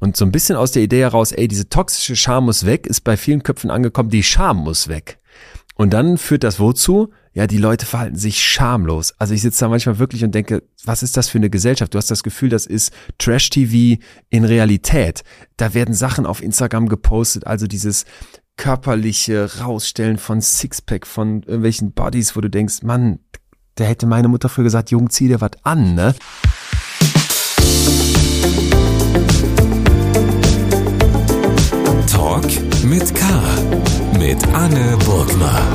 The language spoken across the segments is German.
Und so ein bisschen aus der Idee heraus, diese toxische Scham muss weg, ist bei vielen Köpfen angekommen, die Scham muss weg. Und dann führt das wozu? Ja, die Leute verhalten sich schamlos. Also ich sitze da manchmal wirklich und denke, was ist das für eine Gesellschaft? Du hast das Gefühl, das ist Trash-TV in Realität. Da werden Sachen auf Instagram gepostet, also dieses körperliche Rausstellen von Sixpack, von irgendwelchen Bodies, wo du denkst, Mann, da hätte meine Mutter früher gesagt, Jung, zieh dir was an, ne? Talk mit K. Mit Anne Burgner.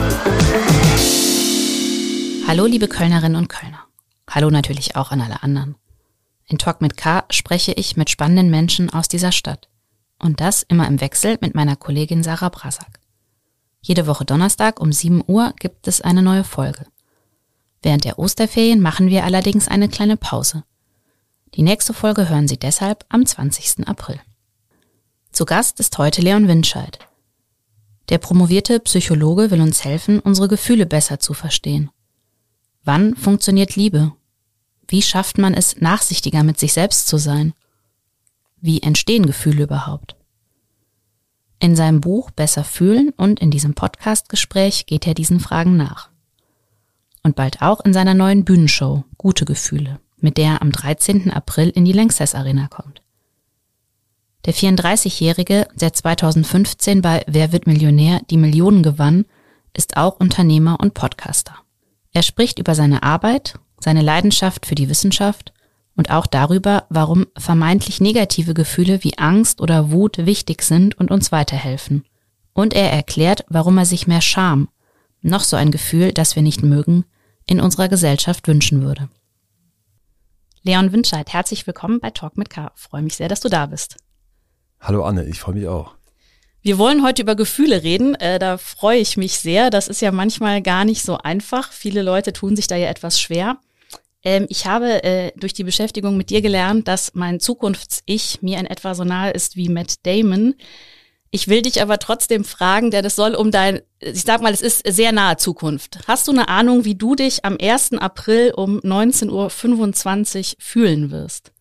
Hallo liebe Kölnerinnen und Kölner. Hallo natürlich auch an alle anderen. In Talk mit K spreche ich mit spannenden Menschen aus dieser Stadt. Und das immer im Wechsel mit meiner Kollegin Sarah Brasak. Jede Woche Donnerstag um 7 Uhr gibt es eine neue Folge. Während der Osterferien machen wir allerdings eine kleine Pause. Die nächste Folge hören Sie deshalb am 20. April. Zu Gast ist heute Leon Winscheid. Der promovierte Psychologe will uns helfen, unsere Gefühle besser zu verstehen. Wann funktioniert Liebe? Wie schafft man es, nachsichtiger mit sich selbst zu sein? Wie entstehen Gefühle überhaupt? In seinem Buch Besser fühlen und in diesem Podcast-Gespräch geht er diesen Fragen nach. Und bald auch in seiner neuen Bühnenshow Gute Gefühle, mit der er am 13. April in die Lanxess Arena kommt. Der 34-Jährige, der 2015 bei Wer wird Millionär die Millionen gewann, ist auch Unternehmer und Podcaster. Er spricht über seine Arbeit, seine Leidenschaft für die Wissenschaft und auch darüber, warum vermeintlich negative Gefühle wie Angst oder Wut wichtig sind und uns weiterhelfen. Und er erklärt, warum er sich mehr Scham, noch so ein Gefühl, das wir nicht mögen, in unserer Gesellschaft wünschen würde. Leon Winscheid, herzlich willkommen bei Talk mit K. Freue mich sehr, dass du da bist. Hallo Anne, ich freue mich auch. Wir wollen heute über Gefühle reden, da freue ich mich sehr. Das ist ja manchmal gar nicht so einfach. Viele Leute tun sich da ja etwas schwer. Ich habe durch die Beschäftigung mit dir gelernt, dass mein Zukunfts-Ich mir in etwa so nahe ist wie Matt Damon. Ich will dich aber trotzdem fragen, denn es soll um ich sag mal, es ist sehr nahe Zukunft. Hast du eine Ahnung, wie du dich am 1. April um 19.25 Uhr fühlen wirst?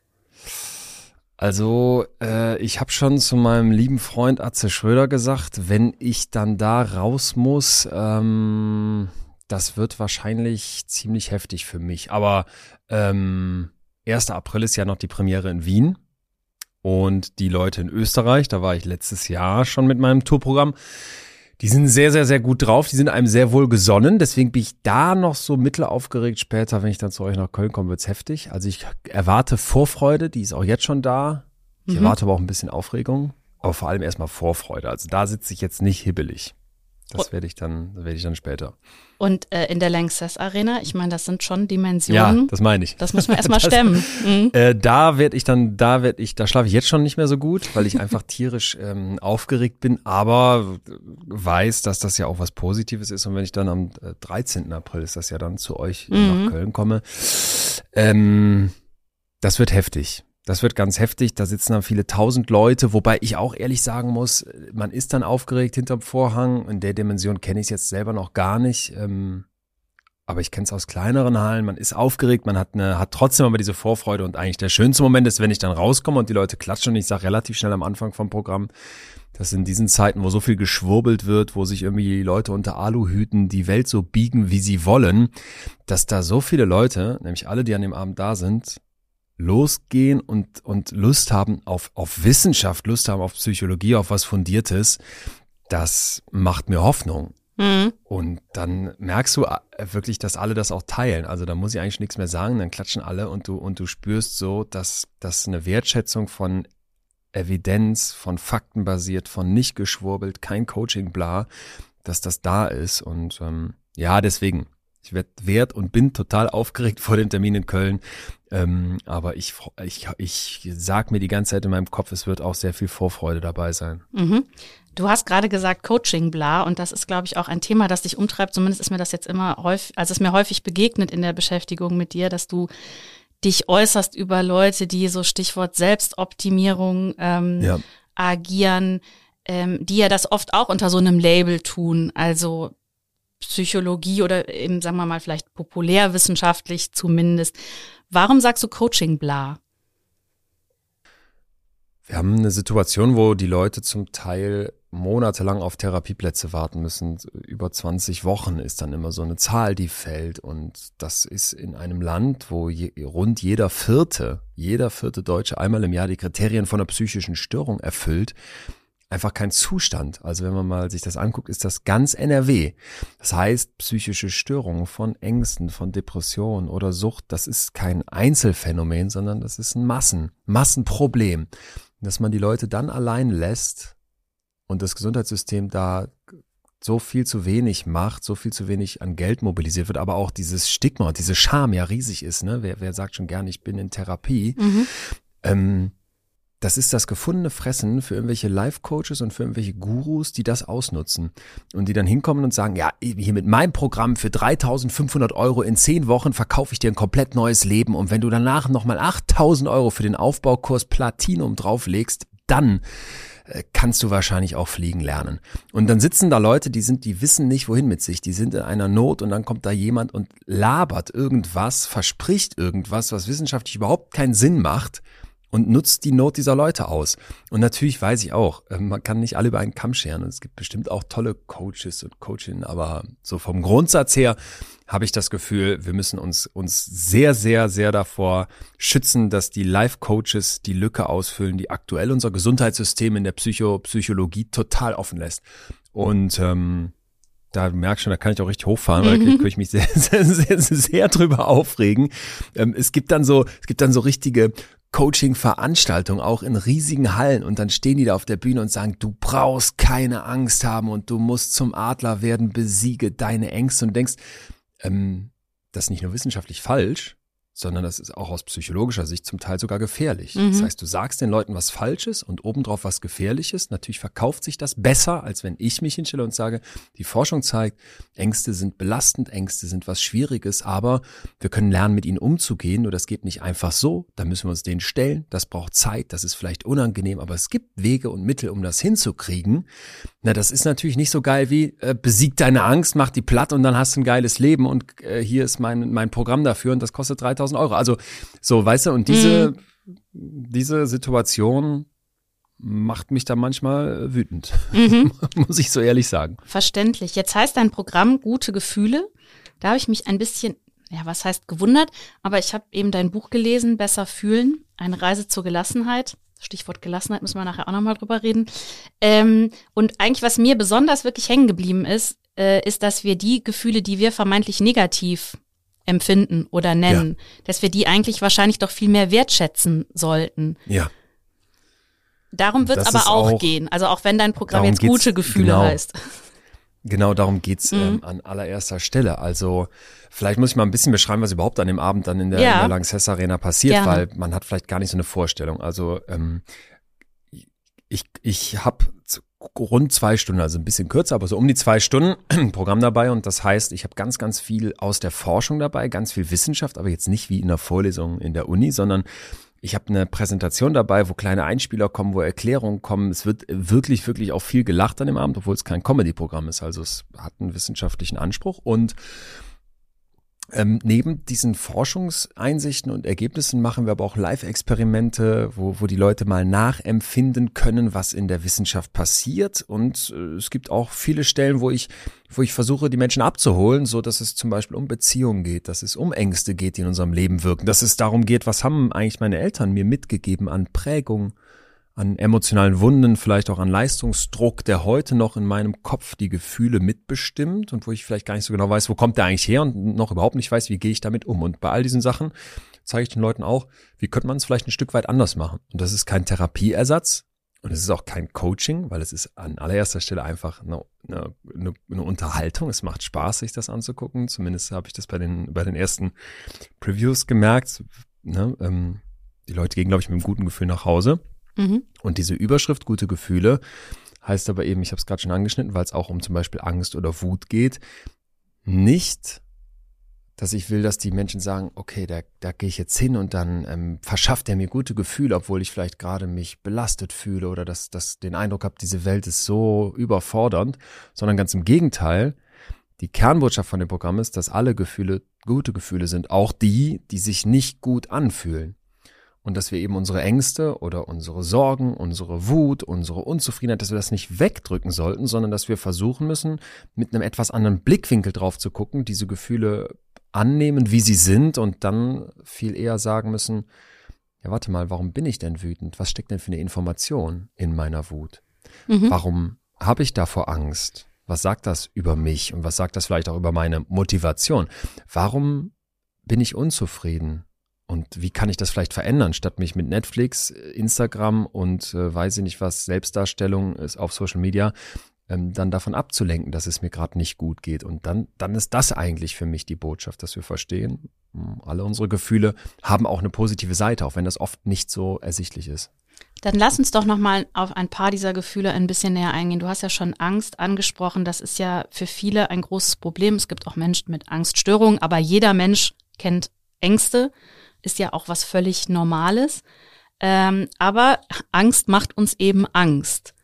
Also ich habe schon zu meinem lieben Freund Atze Schröder gesagt, wenn ich dann da raus muss, das wird wahrscheinlich ziemlich heftig für mich. Aber 1. April ist ja noch die Premiere in Wien und die Leute in Österreich, da war ich letztes Jahr schon mit meinem Tourprogramm, die sind sehr, sehr, sehr gut drauf, die sind einem sehr wohl gesonnen, deswegen bin ich da noch so mittelaufgeregt. Später, wenn ich dann zu euch nach Köln komme, wird's heftig. Also ich erwarte Vorfreude, die ist auch jetzt schon da. Ich erwarte aber auch ein bisschen Aufregung, aber vor allem erstmal Vorfreude. Also da sitze ich jetzt nicht hibbelig. Das werde ich dann später. Und in der Lanxess Arena, ich meine, das sind schon Dimensionen. Ja, das meine ich. Das muss man erstmal stemmen. Da schlafe ich jetzt schon nicht mehr so gut, weil ich einfach tierisch aufgeregt bin, aber weiß, dass das ja auch was Positives ist. Und wenn ich dann am 13. April ist das ja dann zu euch nach Köln komme, das wird heftig. Das wird ganz heftig, da sitzen dann viele tausend Leute, wobei ich auch ehrlich sagen muss, man ist dann aufgeregt hinterm Vorhang. In der Dimension kenne ich es jetzt selber noch gar nicht, aber ich kenne es aus kleineren Hallen. Man ist aufgeregt, man hat trotzdem aber diese Vorfreude und eigentlich der schönste Moment ist, wenn ich dann rauskomme und die Leute klatschen und ich sage relativ schnell am Anfang vom Programm, dass in diesen Zeiten, wo so viel geschwurbelt wird, wo sich irgendwie die Leute unter Aluhüten die Welt so biegen, wie sie wollen, dass da so viele Leute, nämlich alle, die an dem Abend da sind, losgehen und Lust haben auf Wissenschaft, Lust haben auf Psychologie, auf was Fundiertes, das macht mir Hoffnung. Und dann merkst du wirklich, dass alle das auch teilen. Also da muss ich eigentlich nichts mehr sagen, dann klatschen alle und du spürst so, dass eine Wertschätzung von Evidenz, von Fakten basiert, von nicht geschwurbelt, kein Coaching, bla, dass das da ist. Und deswegen. Ich werd und bin total aufgeregt vor dem Termin in Köln, aber ich sag mir die ganze Zeit in meinem Kopf, es wird auch sehr viel Vorfreude dabei sein. Du hast gerade gesagt Coaching, bla, und das ist, glaube ich, auch ein Thema, das dich umtreibt. Zumindest ist mir das jetzt immer häufig, also ist mir häufig begegnet in der Beschäftigung mit dir, dass du dich äußerst über Leute, die so Stichwort Selbstoptimierung agieren, die ja das oft auch unter so einem Label tun, also Psychologie oder eben, sagen wir mal, vielleicht populärwissenschaftlich zumindest. Warum sagst du Coaching, bla? Wir haben eine Situation, wo die Leute zum Teil monatelang auf Therapieplätze warten müssen. Über 20 Wochen ist dann immer so eine Zahl, die fällt. Und das ist in einem Land, wo rund jeder vierte Deutsche einmal im Jahr die Kriterien von einer psychischen Störung erfüllt, einfach kein Zustand. Also wenn man mal sich das anguckt, ist das ganz NRW. Das heißt, psychische Störungen von Ängsten, von Depressionen oder Sucht, das ist kein Einzelfenomen, sondern das ist ein Massenproblem. Dass man die Leute dann allein lässt und das Gesundheitssystem da so viel zu wenig macht, so viel zu wenig an Geld mobilisiert wird, aber auch dieses Stigma und diese Scham ja riesig ist. Ne? Wer sagt schon gern, ich bin in Therapie? Das ist das gefundene Fressen für irgendwelche Life-Coaches und für irgendwelche Gurus, die das ausnutzen und die dann hinkommen und sagen, ja, hier mit meinem Programm für 3.500 € in 10 Wochen verkaufe ich dir ein komplett neues Leben und wenn du danach nochmal 8.000 € für den Aufbaukurs Platinum drauflegst, dann kannst du wahrscheinlich auch fliegen lernen. Und dann sitzen da Leute, die wissen nicht, wohin mit sich, die sind in einer Not und dann kommt da jemand und labert irgendwas, verspricht irgendwas, was wissenschaftlich überhaupt keinen Sinn macht, und nutzt die Not dieser Leute aus. Und natürlich weiß ich auch, man kann nicht alle über einen Kamm scheren und es gibt bestimmt auch tolle Coaches und Coachinnen, aber so vom Grundsatz her habe ich das Gefühl, wir müssen uns sehr, sehr, sehr davor schützen, dass die Life-Coaches die Lücke ausfüllen, die aktuell unser Gesundheitssystem in der Psychologie total offen lässt. Und da merk schon, da kann ich auch richtig hochfahren, weil da kann ich mich sehr, sehr, sehr, sehr drüber aufregen. Es gibt dann so richtige Coaching-Veranstaltungen, auch in riesigen Hallen und dann stehen die da auf der Bühne und sagen, du brauchst keine Angst haben und du musst zum Adler werden, besiege deine Ängste und denkst, das ist nicht nur wissenschaftlich falsch, sondern das ist auch aus psychologischer Sicht zum Teil sogar gefährlich. Das heißt, du sagst den Leuten was Falsches und obendrauf was Gefährliches. Natürlich verkauft sich das besser, als wenn ich mich hinstelle und sage, die Forschung zeigt, Ängste sind belastend, Ängste sind was Schwieriges, aber wir können lernen, mit ihnen umzugehen. Nur das geht nicht einfach so, da müssen wir uns denen stellen. Das braucht Zeit, das ist vielleicht unangenehm, aber es gibt Wege und Mittel, um das hinzukriegen. Na, das ist natürlich nicht so geil wie besieg deine Angst, mach die platt und dann hast du ein geiles Leben und hier ist mein Programm dafür und das kostet 3.000 €. Also so, weißt du, und diese Situation macht mich da manchmal wütend, muss ich so ehrlich sagen. Verständlich. Jetzt heißt dein Programm Gute Gefühle. Da habe ich mich ein bisschen, ja, was heißt gewundert, aber ich habe eben dein Buch gelesen, Besser fühlen, eine Reise zur Gelassenheit. Stichwort Gelassenheit müssen wir nachher auch nochmal drüber reden. Und eigentlich, was mir besonders wirklich hängen geblieben ist, ist, dass wir die Gefühle, die wir vermeintlich negativ empfinden oder nennen, dass wir die eigentlich wahrscheinlich doch viel mehr wertschätzen sollten. Ja. Darum wird es aber auch gehen. Also auch wenn dein Programm jetzt Gute Gefühle heißt. Genau, darum geht's an allererster Stelle. Also vielleicht muss ich mal ein bisschen beschreiben, was überhaupt an dem Abend dann in der Lanxess Arena passiert, weil man hat vielleicht gar nicht so eine Vorstellung. Also ich habe rund 2 Stunden, also ein bisschen kürzer, aber so um die 2 Stunden ein Programm dabei und das heißt, ich habe ganz, ganz viel aus der Forschung dabei, ganz viel Wissenschaft, aber jetzt nicht wie in einer Vorlesung in der Uni, sondern ich habe eine Präsentation dabei, wo kleine Einspieler kommen, wo Erklärungen kommen. Es wird wirklich, wirklich auch viel gelacht an dem Abend, obwohl es kein Comedy-Programm ist. Also es hat einen wissenschaftlichen Anspruch und neben diesen Forschungseinsichten und Ergebnissen machen wir aber auch Live-Experimente, wo die Leute mal nachempfinden können, was in der Wissenschaft passiert. Und es gibt auch viele Stellen, wo ich versuche, die Menschen abzuholen, so dass es zum Beispiel um Beziehungen geht, dass es um Ängste geht, die in unserem Leben wirken, dass es darum geht, was haben eigentlich meine Eltern mir mitgegeben an Prägung, an emotionalen Wunden, vielleicht auch an Leistungsdruck, der heute noch in meinem Kopf die Gefühle mitbestimmt und wo ich vielleicht gar nicht so genau weiß, wo kommt der eigentlich her und noch überhaupt nicht weiß, wie gehe ich damit um. Und bei all diesen Sachen zeige ich den Leuten auch, wie könnte man es vielleicht ein Stück weit anders machen. Und das ist kein Therapieersatz und es ist auch kein Coaching, weil es ist an allererster Stelle einfach eine Unterhaltung. Es macht Spaß, sich das anzugucken. Zumindest habe ich das bei den ersten Previews gemerkt. Ne? Die Leute gehen, glaube ich, mit einem guten Gefühl nach Hause. Und diese Überschrift Gute Gefühle heißt aber eben, ich habe es gerade schon angeschnitten, weil es auch um zum Beispiel Angst oder Wut geht, nicht, dass ich will, dass die Menschen sagen, okay, da gehe ich jetzt hin und dann verschafft er mir gute Gefühle, obwohl ich vielleicht gerade mich belastet fühle oder dass den Eindruck habe, diese Welt ist so überfordernd, sondern ganz im Gegenteil, die Kernbotschaft von dem Programm ist, dass alle Gefühle gute Gefühle sind, auch die sich nicht gut anfühlen. und dass wir eben unsere Ängste oder unsere Sorgen, unsere Wut, unsere Unzufriedenheit, dass wir das nicht wegdrücken sollten, sondern dass wir versuchen müssen, mit einem etwas anderen Blickwinkel drauf zu gucken, diese Gefühle annehmen, wie sie sind und dann viel eher sagen müssen, ja, warte mal, warum bin ich denn wütend? Was steckt denn für eine Information in meiner Wut? Warum habe ich davor Angst? Was sagt das über mich und was sagt das vielleicht auch über meine Motivation? Warum bin ich unzufrieden? Und wie kann ich das vielleicht verändern, statt mich mit Netflix, Instagram und weiß ich nicht was, Selbstdarstellung ist auf Social Media, dann davon abzulenken, dass es mir gerade nicht gut geht. Und dann ist das eigentlich für mich die Botschaft, dass wir verstehen, alle unsere Gefühle haben auch eine positive Seite, auch wenn das oft nicht so ersichtlich ist. Dann lass uns doch nochmal auf ein paar dieser Gefühle ein bisschen näher eingehen. Du hast ja schon Angst angesprochen. Das ist ja für viele ein großes Problem. Es gibt auch Menschen mit Angststörungen, aber jeder Mensch kennt Ängste. Ist ja auch was völlig Normales. Aber Angst macht uns eben Angst.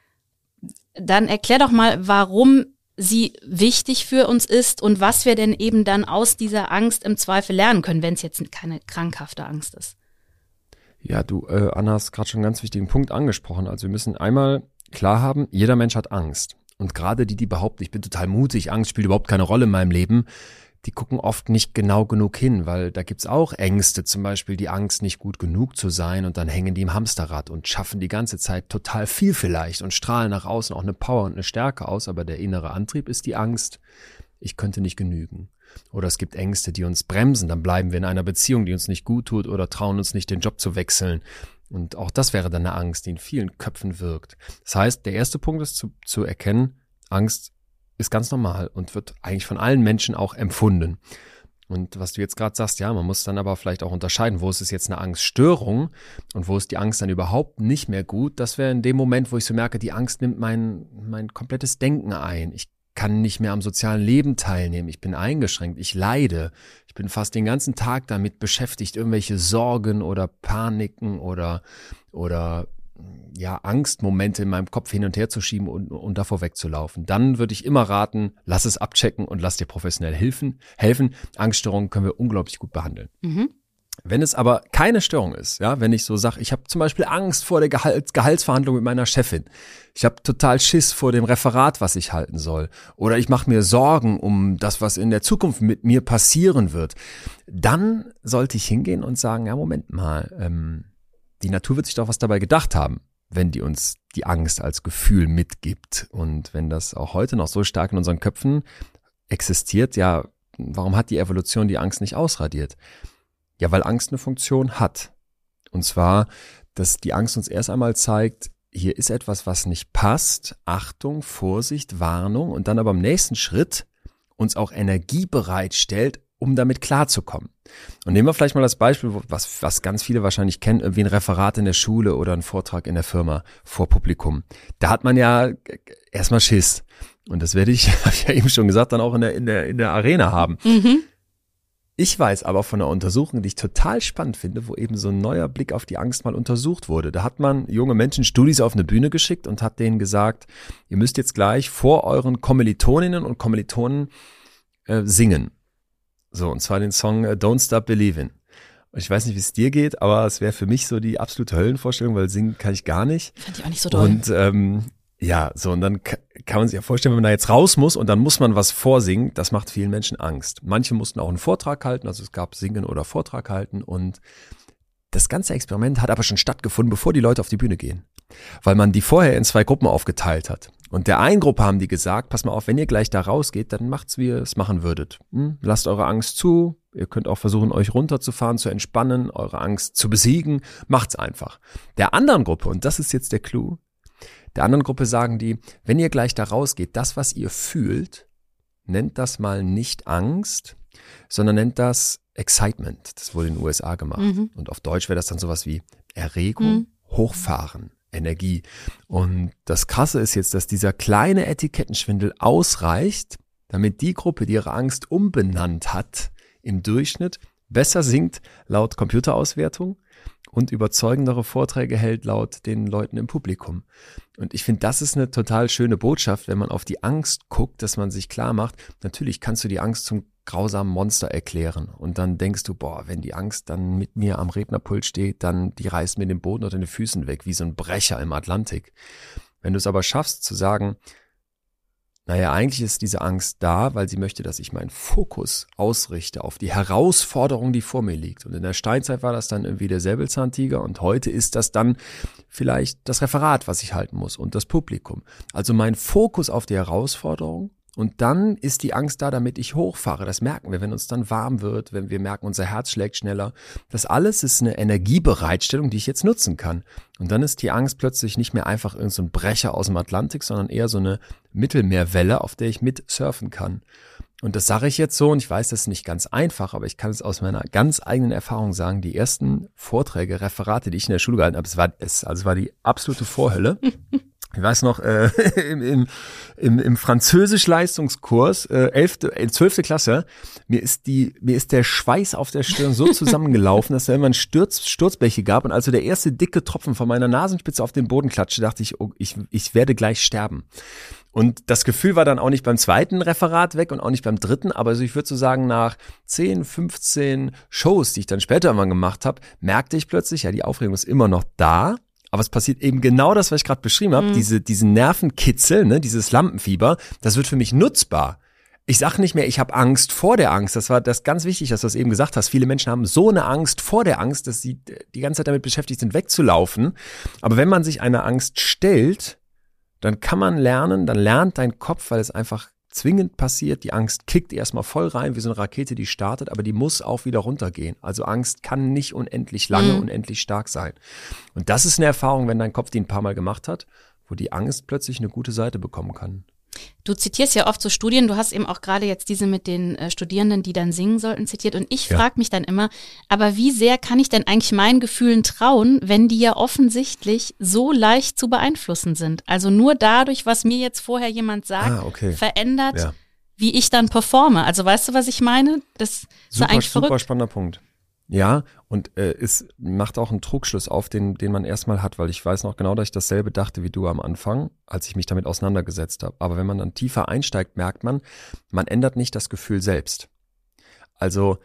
Dann erklär doch mal, warum sie wichtig für uns ist und was wir denn eben dann aus dieser Angst im Zweifel lernen können, wenn es jetzt keine krankhafte Angst ist. Ja, du, Anna, hast gerade schon einen ganz wichtigen Punkt angesprochen. Also wir müssen einmal klar haben, jeder Mensch hat Angst. Und gerade die behaupten, ich bin total mutig, Angst spielt überhaupt keine Rolle in meinem Leben, die gucken oft nicht genau genug hin, weil da gibt's auch Ängste, zum Beispiel die Angst, nicht gut genug zu sein und dann hängen die im Hamsterrad und schaffen die ganze Zeit total viel vielleicht und strahlen nach außen auch eine Power und eine Stärke aus, aber der innere Antrieb ist die Angst, ich könnte nicht genügen. Oder es gibt Ängste, die uns bremsen, dann bleiben wir in einer Beziehung, die uns nicht gut tut oder trauen uns nicht, den Job zu wechseln. Und auch das wäre dann eine Angst, die in vielen Köpfen wirkt. Das heißt, der erste Punkt ist zu erkennen, Angst ist ganz normal und wird eigentlich von allen Menschen auch empfunden. Und was du jetzt gerade sagst, ja, man muss dann aber vielleicht auch unterscheiden, wo ist es jetzt eine Angststörung und wo ist die Angst dann überhaupt nicht mehr gut. Das wäre in dem Moment, wo ich so merke, die Angst nimmt mein komplettes Denken ein. Ich kann nicht mehr am sozialen Leben teilnehmen. Ich bin eingeschränkt. Ich leide. Ich bin fast den ganzen Tag damit beschäftigt, irgendwelche Sorgen oder Paniken oder ja, Angstmomente in meinem Kopf hin und her zu schieben und davor wegzulaufen. Dann würde ich immer raten, lass es abchecken und lass dir professionell helfen. Angststörungen können wir unglaublich gut behandeln. Wenn es aber keine Störung ist, ja, wenn ich so sage, ich habe zum Beispiel Angst vor der Gehaltsverhandlung mit meiner Chefin, ich habe total Schiss vor dem Referat, was ich halten soll, oder ich mache mir Sorgen um das, was in der Zukunft mit mir passieren wird, dann sollte ich hingehen und sagen, ja, Moment mal, die Natur wird sich doch was dabei gedacht haben, wenn die uns die Angst als Gefühl mitgibt. Und wenn das auch heute noch so stark in unseren Köpfen existiert, ja, warum hat die Evolution die Angst nicht ausradiert? Ja, weil Angst eine Funktion hat. Und zwar, dass die Angst uns erst einmal zeigt, hier ist etwas, was nicht passt. Achtung, Vorsicht, Warnung. Und dann aber im nächsten Schritt uns auch Energie bereitstellt, um damit klarzukommen. Und nehmen wir vielleicht mal das Beispiel, was ganz viele wahrscheinlich kennen, irgendwie ein Referat in der Schule oder ein Vortrag in der Firma vor Publikum. Da hat man ja erstmal Schiss. Und das werde ich, habe ich ja eben schon gesagt, dann auch in der Arena haben. Ich weiß aber von einer Untersuchung, die ich total spannend finde, wo eben so ein neuer Blick auf die Angst mal untersucht wurde. Da hat man junge Menschen Studis auf eine Bühne geschickt und hat denen gesagt, ihr müsst jetzt gleich vor euren Kommilitoninnen und Kommilitonen singen. So, und zwar den Song Don't Stop Believin'. Ich weiß nicht, wie es dir geht, aber es wäre für mich so die absolute Höllenvorstellung, weil singen kann ich gar nicht. Fand ich auch nicht so doll. Und ja, so, und dann kann man sich ja vorstellen, wenn man da jetzt raus muss und dann muss man was vorsingen, das macht vielen Menschen Angst. Manche mussten auch einen Vortrag halten, also es gab Singen oder Vortrag halten und das ganze Experiment hat aber schon stattgefunden, bevor die Leute auf die Bühne gehen, weil man die vorher in 2 Gruppen aufgeteilt hat. Und der einen Gruppe haben die gesagt, pass mal auf, wenn ihr gleich da rausgeht, dann macht's, wie ihr es machen würdet. Lasst eure Angst zu, ihr könnt auch versuchen, euch runterzufahren, zu entspannen, eure Angst zu besiegen, macht's einfach. Der anderen Gruppe, und das ist jetzt der Clou, der anderen Gruppe sagen die, wenn ihr gleich da rausgeht, das, was ihr fühlt, nennt das mal nicht Angst, sondern nennt das Excitement. Das wurde in den USA gemacht. Und auf Deutsch wäre das dann sowas wie Erregung, Hochfahren, Energie. Und das Krasse ist jetzt, dass dieser kleine Etikettenschwindel ausreicht, damit die Gruppe, die ihre Angst umbenannt hat, im Durchschnitt besser singt laut Computerauswertung und überzeugendere Vorträge hält laut den Leuten im Publikum. Und ich finde, das ist eine total schöne Botschaft, wenn man auf die Angst guckt, dass man sich klar macht, natürlich kannst du die Angst zum grausamen Monster erklären. Und dann denkst du, boah, wenn die Angst dann mit mir am Rednerpult steht, dann die reißt mir den Boden unter den Füßen weg, wie so ein Brecher im Atlantik. Wenn du es aber schaffst zu sagen, naja, eigentlich ist diese Angst da, weil sie möchte, dass ich meinen Fokus ausrichte auf die Herausforderung, die vor mir liegt. Und in der Steinzeit war das dann irgendwie der Säbelzahntiger und heute ist das dann vielleicht das Referat, was ich halten muss und das Publikum. Also mein Fokus auf die Herausforderung. Und dann ist die Angst da, damit ich hochfahre. Das merken wir, wenn uns dann warm wird, wenn wir merken, unser Herz schlägt schneller. Das alles ist eine Energiebereitstellung, die ich jetzt nutzen kann. Und dann ist die Angst plötzlich nicht mehr einfach irgend so ein Brecher aus dem Atlantik, sondern eher so eine Mittelmeerwelle, auf der ich mit surfen kann. Und das sage ich jetzt so, und ich weiß, das ist nicht ganz einfach, aber ich kann es aus meiner ganz eigenen Erfahrung sagen, die ersten Vorträge, Referate, die ich in der Schule gehalten habe, es war die absolute Vorhölle. Ich weiß noch, im Französisch-Leistungskurs, 12. Klasse, mir ist der Schweiß auf der Stirn so zusammengelaufen, dass da immer Sturzbäche gab. Und als so der erste dicke Tropfen von meiner Nasenspitze auf den Boden klatschte, dachte ich, oh, ich werde gleich sterben. Und das Gefühl war dann auch nicht beim zweiten Referat weg und auch nicht beim dritten, aber also ich würde so sagen, nach 10, 15 Shows, die ich dann später immer gemacht habe, merkte ich plötzlich, ja, die Aufregung ist immer noch da. Aber es passiert eben genau das, was ich gerade beschrieben habe, diesen Nervenkitzel, ne, dieses Lampenfieber, das wird für mich nutzbar. Ich sage nicht mehr, ich habe Angst vor der Angst. Das war das ganz wichtig, dass du das eben gesagt hast. Viele Menschen haben so eine Angst vor der Angst, dass sie die ganze Zeit damit beschäftigt sind, wegzulaufen. Aber wenn man sich einer Angst stellt, dann kann man lernen, dann lernt dein Kopf, weil es einfach zwingend passiert, die Angst kickt erstmal voll rein, wie so eine Rakete, die startet, aber die muss auch wieder runtergehen. Also Angst kann nicht unendlich lange, unendlich stark sein. Und das ist eine Erfahrung, wenn dein Kopf die ein paar Mal gemacht hat, wo die Angst plötzlich eine gute Seite bekommen kann. Du zitierst ja oft so Studien, du hast eben auch gerade jetzt diese mit den Studierenden, die dann singen sollten, zitiert. Und ich frage mich dann immer, aber wie sehr kann ich denn eigentlich meinen Gefühlen trauen, wenn die ja offensichtlich so leicht zu beeinflussen sind? Also nur dadurch, was mir jetzt vorher jemand sagt, verändert, wie ich dann performe. Also weißt du, was ich meine? Das ist eigentlich verrückt. Super spannender Punkt. Ja, und es macht auch einen Trugschluss auf, den man erstmal hat, weil ich weiß noch genau, dass ich dasselbe dachte wie du am Anfang, als ich mich damit auseinandergesetzt habe. Aber wenn man dann tiefer einsteigt, merkt man ändert nicht das Gefühl selbst. Also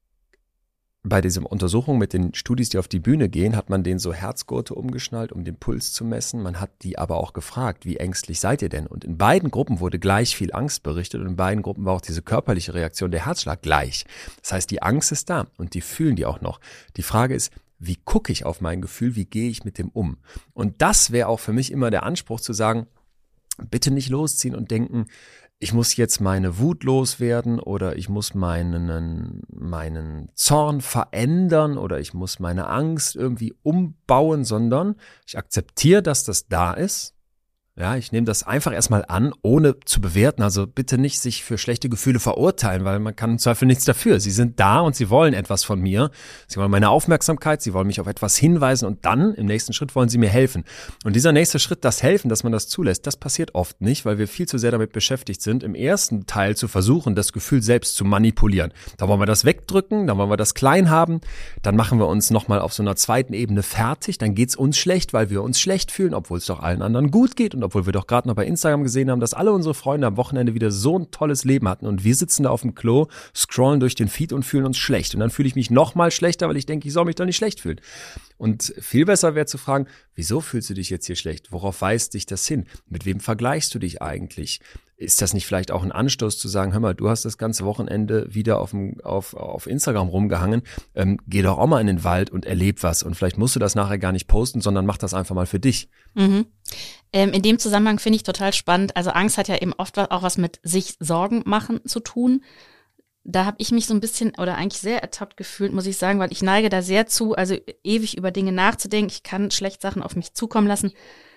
bei dieser Untersuchung mit den Studis, die auf die Bühne gehen, hat man denen so Herzgurte umgeschnallt, um den Puls zu messen. Man hat die aber auch gefragt, wie ängstlich seid ihr denn? Und in beiden Gruppen wurde gleich viel Angst berichtet und in beiden Gruppen war auch diese körperliche Reaktion, der Herzschlag gleich. Das heißt, die Angst ist da und die fühlen die auch noch. Die Frage ist, wie gucke ich auf mein Gefühl, wie gehe ich mit dem um? Und das wäre auch für mich immer der Anspruch zu sagen, bitte nicht losziehen und denken, ich muss jetzt meine Wut loswerden oder ich muss meinen Zorn verändern oder ich muss meine Angst irgendwie umbauen, sondern ich akzeptiere, dass das da ist. Ja, ich nehme das einfach erstmal an, ohne zu bewerten. Also bitte nicht sich für schlechte Gefühle verurteilen, weil man kann im Zweifel nichts dafür. Sie sind da und sie wollen etwas von mir. Sie wollen meine Aufmerksamkeit, sie wollen mich auf etwas hinweisen und dann im nächsten Schritt wollen sie mir helfen. Und dieser nächste Schritt, das Helfen, dass man das zulässt, das passiert oft nicht, weil wir viel zu sehr damit beschäftigt sind, im ersten Teil zu versuchen, das Gefühl selbst zu manipulieren. Da wollen wir das wegdrücken, dann wollen wir das klein haben, dann machen wir uns nochmal auf so einer zweiten Ebene fertig, dann geht's uns schlecht, weil wir uns schlecht fühlen, obwohl es doch allen anderen gut geht und obwohl wir doch gerade noch bei Instagram gesehen haben, dass alle unsere Freunde am Wochenende wieder so ein tolles Leben hatten und wir sitzen da auf dem Klo, scrollen durch den Feed und fühlen uns schlecht. Und dann fühle ich mich noch mal schlechter, weil ich denke, ich soll mich doch nicht schlecht fühlen. Und viel besser wäre zu fragen, wieso fühlst du dich jetzt hier schlecht? Worauf weist dich das hin? Mit wem vergleichst du dich eigentlich? Ist das nicht vielleicht auch ein Anstoß zu sagen, hör mal, du hast das ganze Wochenende wieder auf Instagram rumgehangen, geh doch auch mal in den Wald und erleb was und vielleicht musst du das nachher gar nicht posten, sondern mach das einfach mal für dich. Mhm. In dem Zusammenhang finde ich total spannend, also Angst hat ja eben oft auch was mit sich Sorgen machen zu tun. Da habe ich mich so ein bisschen oder eigentlich sehr ertappt gefühlt, muss ich sagen, weil ich neige da sehr zu, also ewig über Dinge nachzudenken, ich kann schlecht Sachen auf mich zukommen lassen.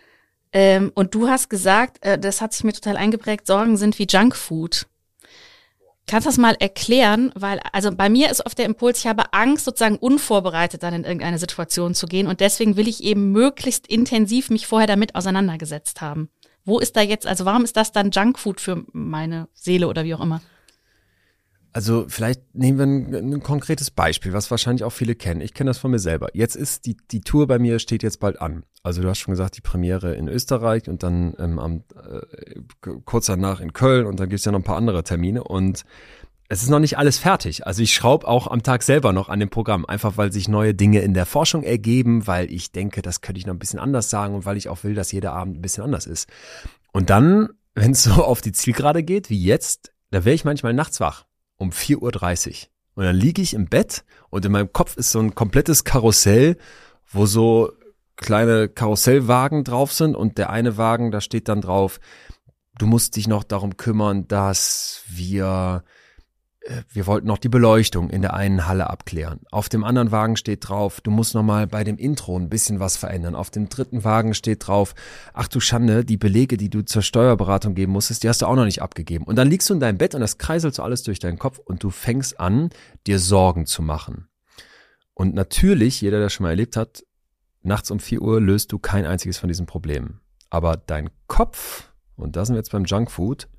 Und du hast gesagt, das hat sich mir total eingeprägt, Sorgen sind wie Junkfood. Kannst du das mal erklären? Weil, also bei mir ist oft der Impuls, ich habe Angst, sozusagen unvorbereitet dann in irgendeine Situation zu gehen und deswegen will ich eben möglichst intensiv mich vorher damit auseinandergesetzt haben. Wo ist da jetzt, also warum ist das dann Junkfood für meine Seele oder wie auch immer? Also vielleicht nehmen wir ein konkretes Beispiel, was wahrscheinlich auch viele kennen. Ich kenne das von mir selber. Jetzt ist die Tour bei mir steht jetzt bald an. Also du hast schon gesagt, die Premiere in Österreich und dann kurz danach in Köln und dann gibt's ja noch ein paar andere Termine. Und es ist noch nicht alles fertig. Also ich schraube auch am Tag selber noch an dem Programm, einfach weil sich neue Dinge in der Forschung ergeben, weil ich denke, das könnte ich noch ein bisschen anders sagen und weil ich auch will, dass jeder Abend ein bisschen anders ist. Und dann, wenn es so auf die Zielgerade geht, wie jetzt, da wäre ich manchmal nachts wach um 4:30 Uhr. Und dann liege ich im Bett und in meinem Kopf ist so ein komplettes Karussell, wo so kleine Karussellwagen drauf sind und der eine Wagen, da steht dann drauf, du musst dich noch darum kümmern, dass wir wollten noch die Beleuchtung in der einen Halle abklären. Auf dem anderen Wagen steht drauf, du musst noch mal bei dem Intro ein bisschen was verändern. Auf dem dritten Wagen steht drauf, ach du Schande, die Belege, die du zur Steuerberatung geben musstest, die hast du auch noch nicht abgegeben. Und dann liegst du in deinem Bett und das kreiselt so alles durch deinen Kopf und du fängst an, dir Sorgen zu machen. Und natürlich, jeder, der schon mal erlebt hat, nachts um 4 Uhr löst du kein einziges von diesen Problemen. Aber dein Kopf, und da sind wir jetzt beim Junkfood,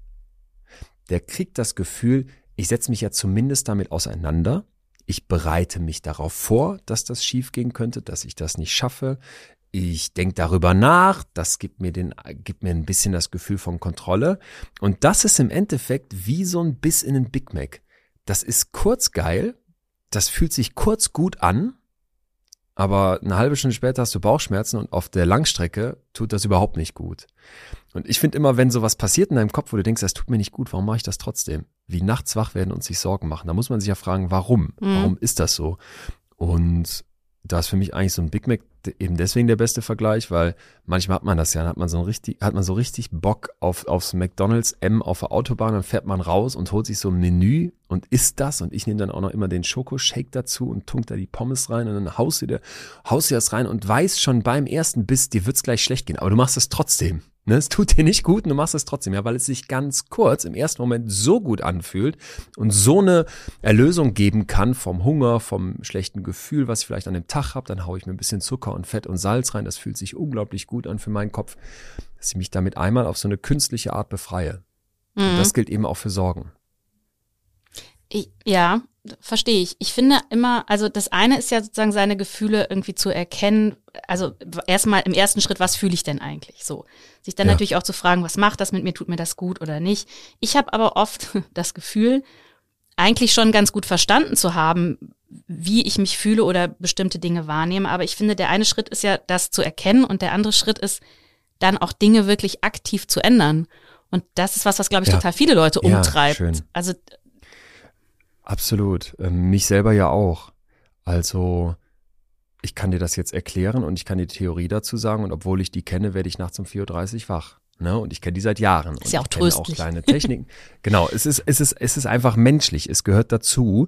der kriegt das Gefühl, ich setze mich ja zumindest damit auseinander. Ich bereite mich darauf vor, dass das schief gehen könnte, dass ich das nicht schaffe. Ich denke darüber nach. Das gibt mir ein bisschen das Gefühl von Kontrolle. Und das ist im Endeffekt wie so ein Biss in den Big Mac. Das ist kurz geil. Das fühlt sich kurz gut an. Aber eine halbe Stunde später hast du Bauchschmerzen und auf der Langstrecke tut das überhaupt nicht gut. Und ich finde immer, wenn sowas passiert in deinem Kopf, wo du denkst, das tut mir nicht gut, warum mache ich das trotzdem? Wie nachts wach werden und sich Sorgen machen. Da muss man sich ja fragen, warum? Warum ist das so? Und da ist für mich eigentlich so ein Big Mac eben deswegen der beste Vergleich, weil manchmal hat man das ja, dann hat man so richtig Bock aufs McDonald's M auf der Autobahn, dann fährt man raus und holt sich so ein Menü und isst das und ich nehme dann auch noch immer den Schokoshake dazu und tunk da die Pommes rein und dann haust du das rein und weißt schon beim ersten Biss, dir wird's gleich schlecht gehen, aber du machst es trotzdem. Ne, es tut dir nicht gut und du machst es trotzdem, ja, weil es sich ganz kurz im ersten Moment so gut anfühlt und so eine Erlösung geben kann vom Hunger, vom schlechten Gefühl, was ich vielleicht an dem Tag habe. Dann haue ich mir ein bisschen Zucker und Fett und Salz rein. Das fühlt sich unglaublich gut an für meinen Kopf, dass ich mich damit einmal auf so eine künstliche Art befreie. Und das gilt eben auch für Sorgen. Ja, verstehe ich. Ich finde immer, also das eine ist ja sozusagen seine Gefühle irgendwie zu erkennen, also erstmal im ersten Schritt, was fühle ich denn eigentlich so? Sich dann natürlich auch zu fragen, was macht das mit mir, tut mir das gut oder nicht? Ich habe aber oft das Gefühl, eigentlich schon ganz gut verstanden zu haben, wie ich mich fühle oder bestimmte Dinge wahrnehme, aber ich finde, der eine Schritt ist ja, das zu erkennen und der andere Schritt ist, dann auch Dinge wirklich aktiv zu ändern. Und das ist was glaube ich, total viele Leute umtreibt. Schön. Also absolut. Mich selber ja auch. Also ich kann dir das jetzt erklären und ich kann die Theorie dazu sagen und obwohl ich die kenne, werde ich nachts um 4:30 Uhr wach. Ne? Und ich kenne die seit Jahren. Ist ja auch ich kenne tröstlich. Auch kleine Techniken. Genau, es ist einfach menschlich. Es gehört dazu.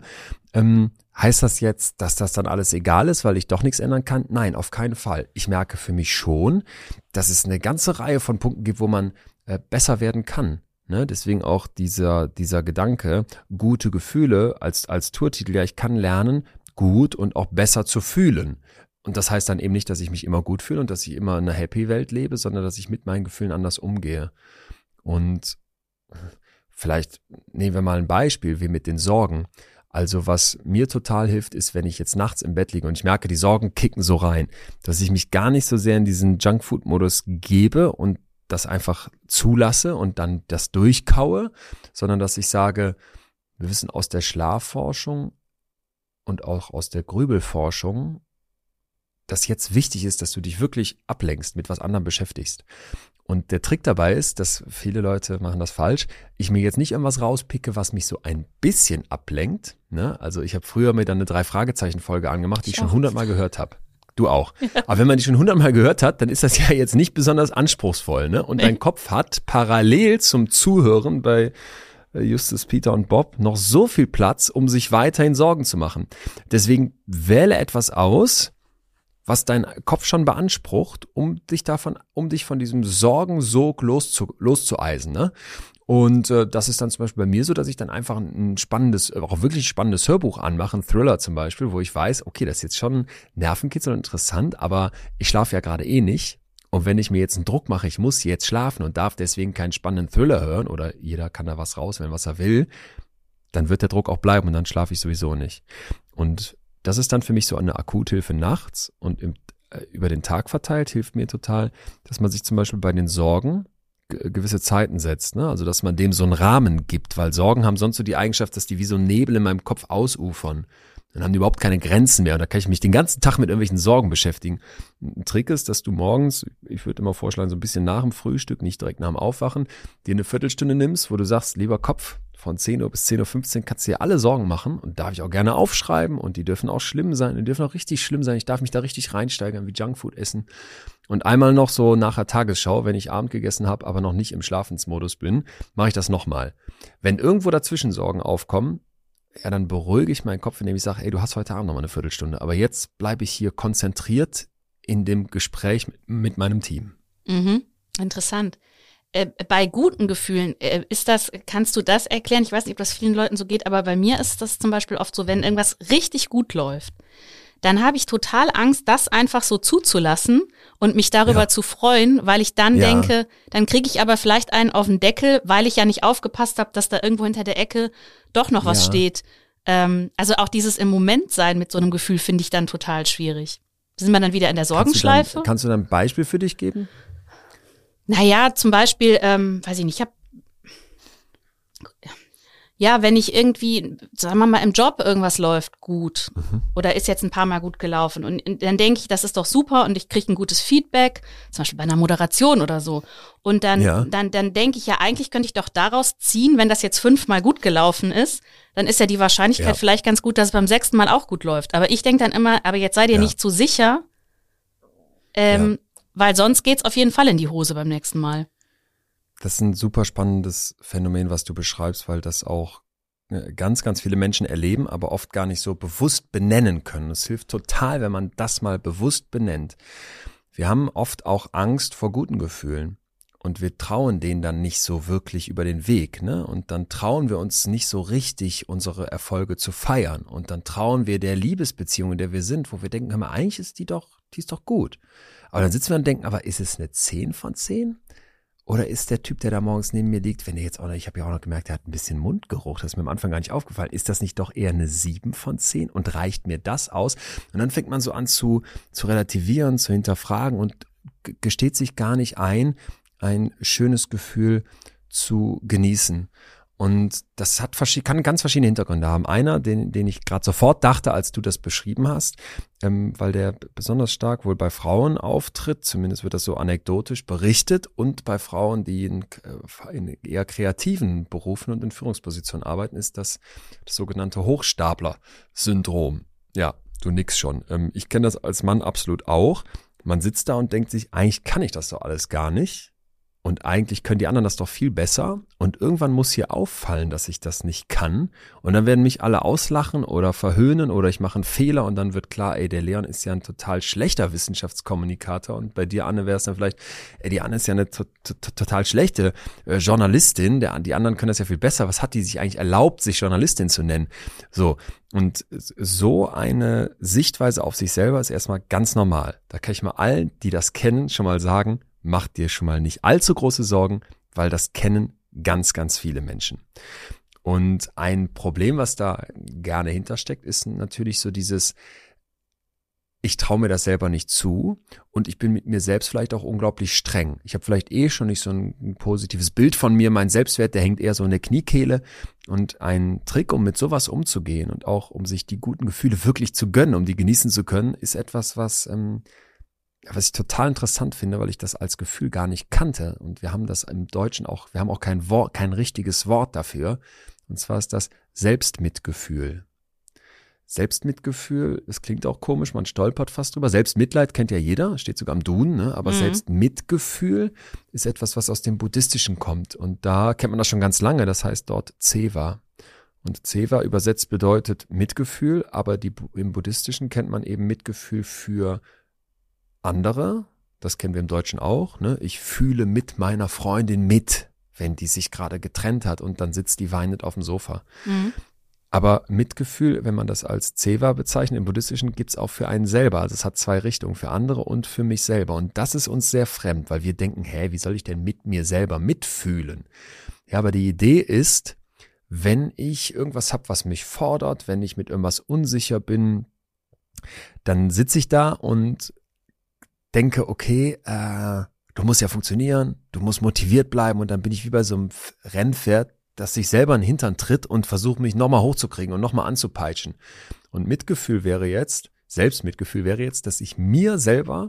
Heißt das jetzt, dass das dann alles egal ist, weil ich doch nichts ändern kann? Nein, auf keinen Fall. Ich merke für mich schon, dass es eine ganze Reihe von Punkten gibt, wo man besser werden kann. Ne? Deswegen auch dieser Gedanke, gute Gefühle als Tourtitel. Ja, ich kann lernen, gut und auch besser zu fühlen. Und das heißt dann eben nicht, dass ich mich immer gut fühle und dass ich immer in einer Happy-Welt lebe, sondern dass ich mit meinen Gefühlen anders umgehe. Und vielleicht nehmen wir mal ein Beispiel, wie mit den Sorgen. Also was mir total hilft, ist, wenn ich jetzt nachts im Bett liege und ich merke, die Sorgen kicken so rein, dass ich mich gar nicht so sehr in diesen Junkfood-Modus gebe und das einfach zulasse und dann das durchkaue, sondern dass ich sage, wir wissen aus der Schlafforschung und auch aus der Grübelforschung, dass jetzt wichtig ist, dass du dich wirklich ablenkst, mit was anderem beschäftigst. Und der Trick dabei ist, dass viele Leute machen das falsch, ich mir jetzt nicht irgendwas rauspicke, was mich so ein bisschen ablenkt. Ne? Also ich habe früher mir dann eine 3-Fragezeichen-Folge angemacht, die ich schon 100-mal gehört habe. Du auch. Aber wenn man die schon 100-mal gehört hat, dann ist das ja jetzt nicht besonders anspruchsvoll. Ne? Und dein Kopf hat parallel zum Zuhören bei Justus, Peter und Bob noch so viel Platz, um sich weiterhin Sorgen zu machen. Deswegen wähle etwas aus, was dein Kopf schon beansprucht, um dich von diesem Sorgensog loszueisen. Ne? Und das ist dann zum Beispiel bei mir so, dass ich dann einfach ein spannendes, auch wirklich spannendes Hörbuch anmache, ein Thriller zum Beispiel, wo ich weiß, okay, das ist jetzt schon Nervenkitzel und interessant, aber ich schlafe ja gerade eh nicht. Und wenn ich mir jetzt einen Druck mache, ich muss jetzt schlafen und darf deswegen keinen spannenden Thriller hören oder jeder kann da was rauswählen, was er will, dann wird der Druck auch bleiben und dann schlafe ich sowieso nicht. Und das ist dann für mich so eine Akuthilfe nachts und über den Tag verteilt hilft mir total, dass man sich zum Beispiel bei den Sorgen gewisse Zeiten setzt, ne? Also, dass man dem so einen Rahmen gibt, weil Sorgen haben sonst so die Eigenschaft, dass die wie so ein Nebel in meinem Kopf ausufern. Dann haben die überhaupt keine Grenzen mehr und da kann ich mich den ganzen Tag mit irgendwelchen Sorgen beschäftigen. Ein Trick ist, dass du morgens, ich würde immer vorschlagen, so ein bisschen nach dem Frühstück, nicht direkt nach dem Aufwachen, dir eine Viertelstunde nimmst, wo du sagst, lieber Kopf, von 10 Uhr bis 10:15 Uhr kannst du dir alle Sorgen machen und darf ich auch gerne aufschreiben und die dürfen auch schlimm sein, die dürfen auch richtig schlimm sein. Ich darf mich da richtig reinsteigern, wie Junkfood essen. Und einmal noch so nach der Tagesschau, wenn ich Abend gegessen habe, aber noch nicht im Schlafensmodus bin, mache ich das nochmal. Wenn irgendwo dazwischen Sorgen aufkommen, ja, dann beruhige ich meinen Kopf, indem ich sage, ey, du hast heute Abend noch mal eine Viertelstunde, aber jetzt bleibe ich hier konzentriert in dem Gespräch mit meinem Team. Mhm. Interessant. Bei guten Gefühlen, kannst du das erklären? Ich weiß nicht, ob das vielen Leuten so geht, aber bei mir ist das zum Beispiel oft so, wenn irgendwas richtig gut läuft, dann habe ich total Angst, das einfach so zuzulassen und mich darüber zu freuen, weil ich dann denke, dann kriege ich aber vielleicht einen auf den Deckel, weil ich ja nicht aufgepasst habe, dass da irgendwo hinter der Ecke doch noch was steht. Also auch dieses im Moment sein mit so einem Gefühl finde ich dann total schwierig. Sind wir dann wieder in der Sorgenschleife? Kannst du dann ein Beispiel für dich geben? Naja, zum Beispiel, weiß ich nicht, wenn ich irgendwie, sagen wir mal, im Job irgendwas läuft gut oder ist jetzt ein paar Mal gut gelaufen und dann denke ich, das ist doch super und ich kriege ein gutes Feedback, zum Beispiel bei einer Moderation oder so. Und dann denke ich ja, eigentlich könnte ich doch daraus ziehen, wenn das jetzt 5-mal gut gelaufen ist, dann ist ja die Wahrscheinlichkeit vielleicht ganz gut, dass es beim 6. Mal auch gut läuft. Aber ich denke dann immer, aber jetzt sei dir nicht zu sicher, weil sonst geht's auf jeden Fall in die Hose beim nächsten Mal. Das ist ein super spannendes Phänomen, was du beschreibst, weil das auch ganz, ganz viele Menschen erleben, aber oft gar nicht so bewusst benennen können. Es hilft total, wenn man das mal bewusst benennt. Wir haben oft auch Angst vor guten Gefühlen und wir trauen denen dann nicht so wirklich über den Weg, ne? Und dann trauen wir uns nicht so richtig, unsere Erfolge zu feiern. Und dann trauen wir der Liebesbeziehung, in der wir sind, wo wir denken, hör mal, eigentlich ist die ist doch gut. Aber dann sitzen wir und denken, aber ist es eine 10 von 10? Oder ist der Typ, der da morgens neben mir liegt, wenn der jetzt auch noch, ich habe ja auch noch gemerkt, der hat ein bisschen Mundgeruch, das ist mir am Anfang gar nicht aufgefallen, ist das nicht doch eher eine 7 von 10 und reicht mir das aus? Und dann fängt man so an zu relativieren, zu hinterfragen und gesteht sich gar nicht ein schönes Gefühl zu genießen. Und das kann ganz verschiedene Hintergründe haben. Einer, den ich gerade sofort dachte, als du das beschrieben hast, weil der besonders stark wohl bei Frauen auftritt, zumindest wird das so anekdotisch berichtet, und bei Frauen, die in eher kreativen Berufen und in Führungspositionen arbeiten, ist das sogenannte Hochstapler-Syndrom. Ja, du nix schon. Ich kenne das als Mann absolut auch. Man sitzt da und denkt sich, eigentlich kann ich das doch alles gar nicht. Und eigentlich können die anderen das doch viel besser. Und irgendwann muss hier auffallen, dass ich das nicht kann. Und dann werden mich alle auslachen oder verhöhnen oder ich mache einen Fehler und dann wird klar, ey, der Leon ist ja ein total schlechter Wissenschaftskommunikator. Und bei dir, Anne, wäre es dann vielleicht, ey, die Anne ist ja eine total schlechte Journalistin. Die anderen können das ja viel besser. Was hat die sich eigentlich erlaubt, sich Journalistin zu nennen? So. Und so eine Sichtweise auf sich selber ist erstmal ganz normal. Da kann ich mal allen, die das kennen, schon mal sagen, mach dir schon mal nicht allzu große Sorgen, weil das kennen ganz, ganz viele Menschen. Und ein Problem, was da gerne hintersteckt, ist natürlich so dieses, ich traue mir das selber nicht zu und ich bin mit mir selbst vielleicht auch unglaublich streng. Ich habe vielleicht schon nicht so ein positives Bild von mir. Mein Selbstwert, der hängt eher so in der Kniekehle. Und ein Trick, um mit sowas umzugehen und auch um sich die guten Gefühle wirklich zu gönnen, um die genießen zu können, ist etwas, was ich total interessant finde, weil ich das als Gefühl gar nicht kannte. Und wir haben das im Deutschen auch, wir haben auch kein richtiges Wort dafür. Und zwar ist das Selbstmitgefühl. Selbstmitgefühl, das klingt auch komisch, man stolpert fast drüber. Selbstmitleid kennt ja jeder, steht sogar am Duden, ne? Aber Selbstmitgefühl ist etwas, was aus dem Buddhistischen kommt. Und da kennt man das schon ganz lange, das heißt dort Seva. Und Seva übersetzt bedeutet Mitgefühl, aber im Buddhistischen kennt man eben Mitgefühl für andere, das kennen wir im Deutschen auch, ne? Ich fühle mit meiner Freundin mit, wenn die sich gerade getrennt hat und dann sitzt die weinend auf dem Sofa. Aber Mitgefühl, wenn man das als Seva bezeichnet, im Buddhistischen gibt's auch für einen selber. Also es hat 2 Richtungen, für andere und für mich selber. Und das ist uns sehr fremd, weil wir denken, wie soll ich denn mit mir selber mitfühlen? Ja, aber die Idee ist, wenn ich irgendwas habe, was mich fordert, wenn ich mit irgendwas unsicher bin, dann sitze ich da und denke, okay, du du musst ja funktionieren, du musst motiviert bleiben und dann bin ich wie bei so einem Rennpferd, das sich selber in den Hintern tritt und versucht, mich nochmal hochzukriegen und nochmal anzupeitschen. Und Selbstmitgefühl wäre jetzt, dass ich mir selber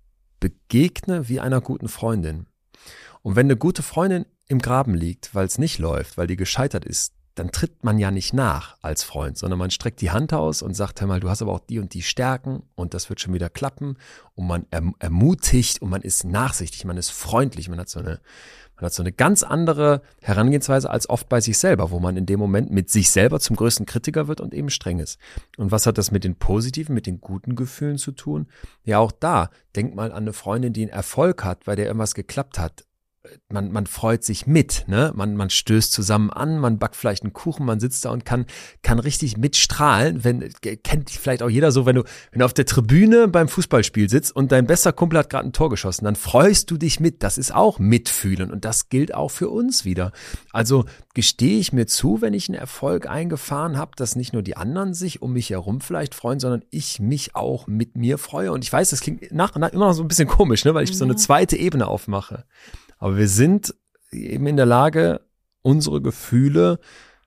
begegne wie einer guten Freundin. Und wenn eine gute Freundin im Graben liegt, weil es nicht läuft, weil die gescheitert ist, dann tritt man ja nicht nach als Freund, sondern man streckt die Hand aus und sagt, hör mal, du hast aber auch die und die Stärken und das wird schon wieder klappen und man ermutigt und man ist nachsichtig, man ist freundlich, man hat so eine ganz andere Herangehensweise als oft bei sich selber, wo man in dem Moment mit sich selber zum größten Kritiker wird und eben streng ist. Und was hat das mit den positiven, mit den guten Gefühlen zu tun? Ja, auch da, denk mal an eine Freundin, die einen Erfolg hat, bei der irgendwas geklappt hat. Man freut sich mit, ne? Man stößt zusammen an, man backt vielleicht einen Kuchen, man sitzt da und kann richtig mitstrahlen. Kennt vielleicht auch jeder so, wenn du auf der Tribüne beim Fußballspiel sitzt und dein bester Kumpel hat gerade ein Tor geschossen, dann freust du dich mit. Das ist auch Mitfühlen und das gilt auch für uns wieder. Also gestehe ich mir zu, wenn ich einen Erfolg eingefahren habe, dass nicht nur die anderen sich um mich herum vielleicht freuen, sondern ich mich auch mit mir freue. Und ich weiß, das klingt immer noch so ein bisschen komisch, ne? Weil ich so eine zweite Ebene aufmache. Aber wir sind eben in der Lage, unsere Gefühle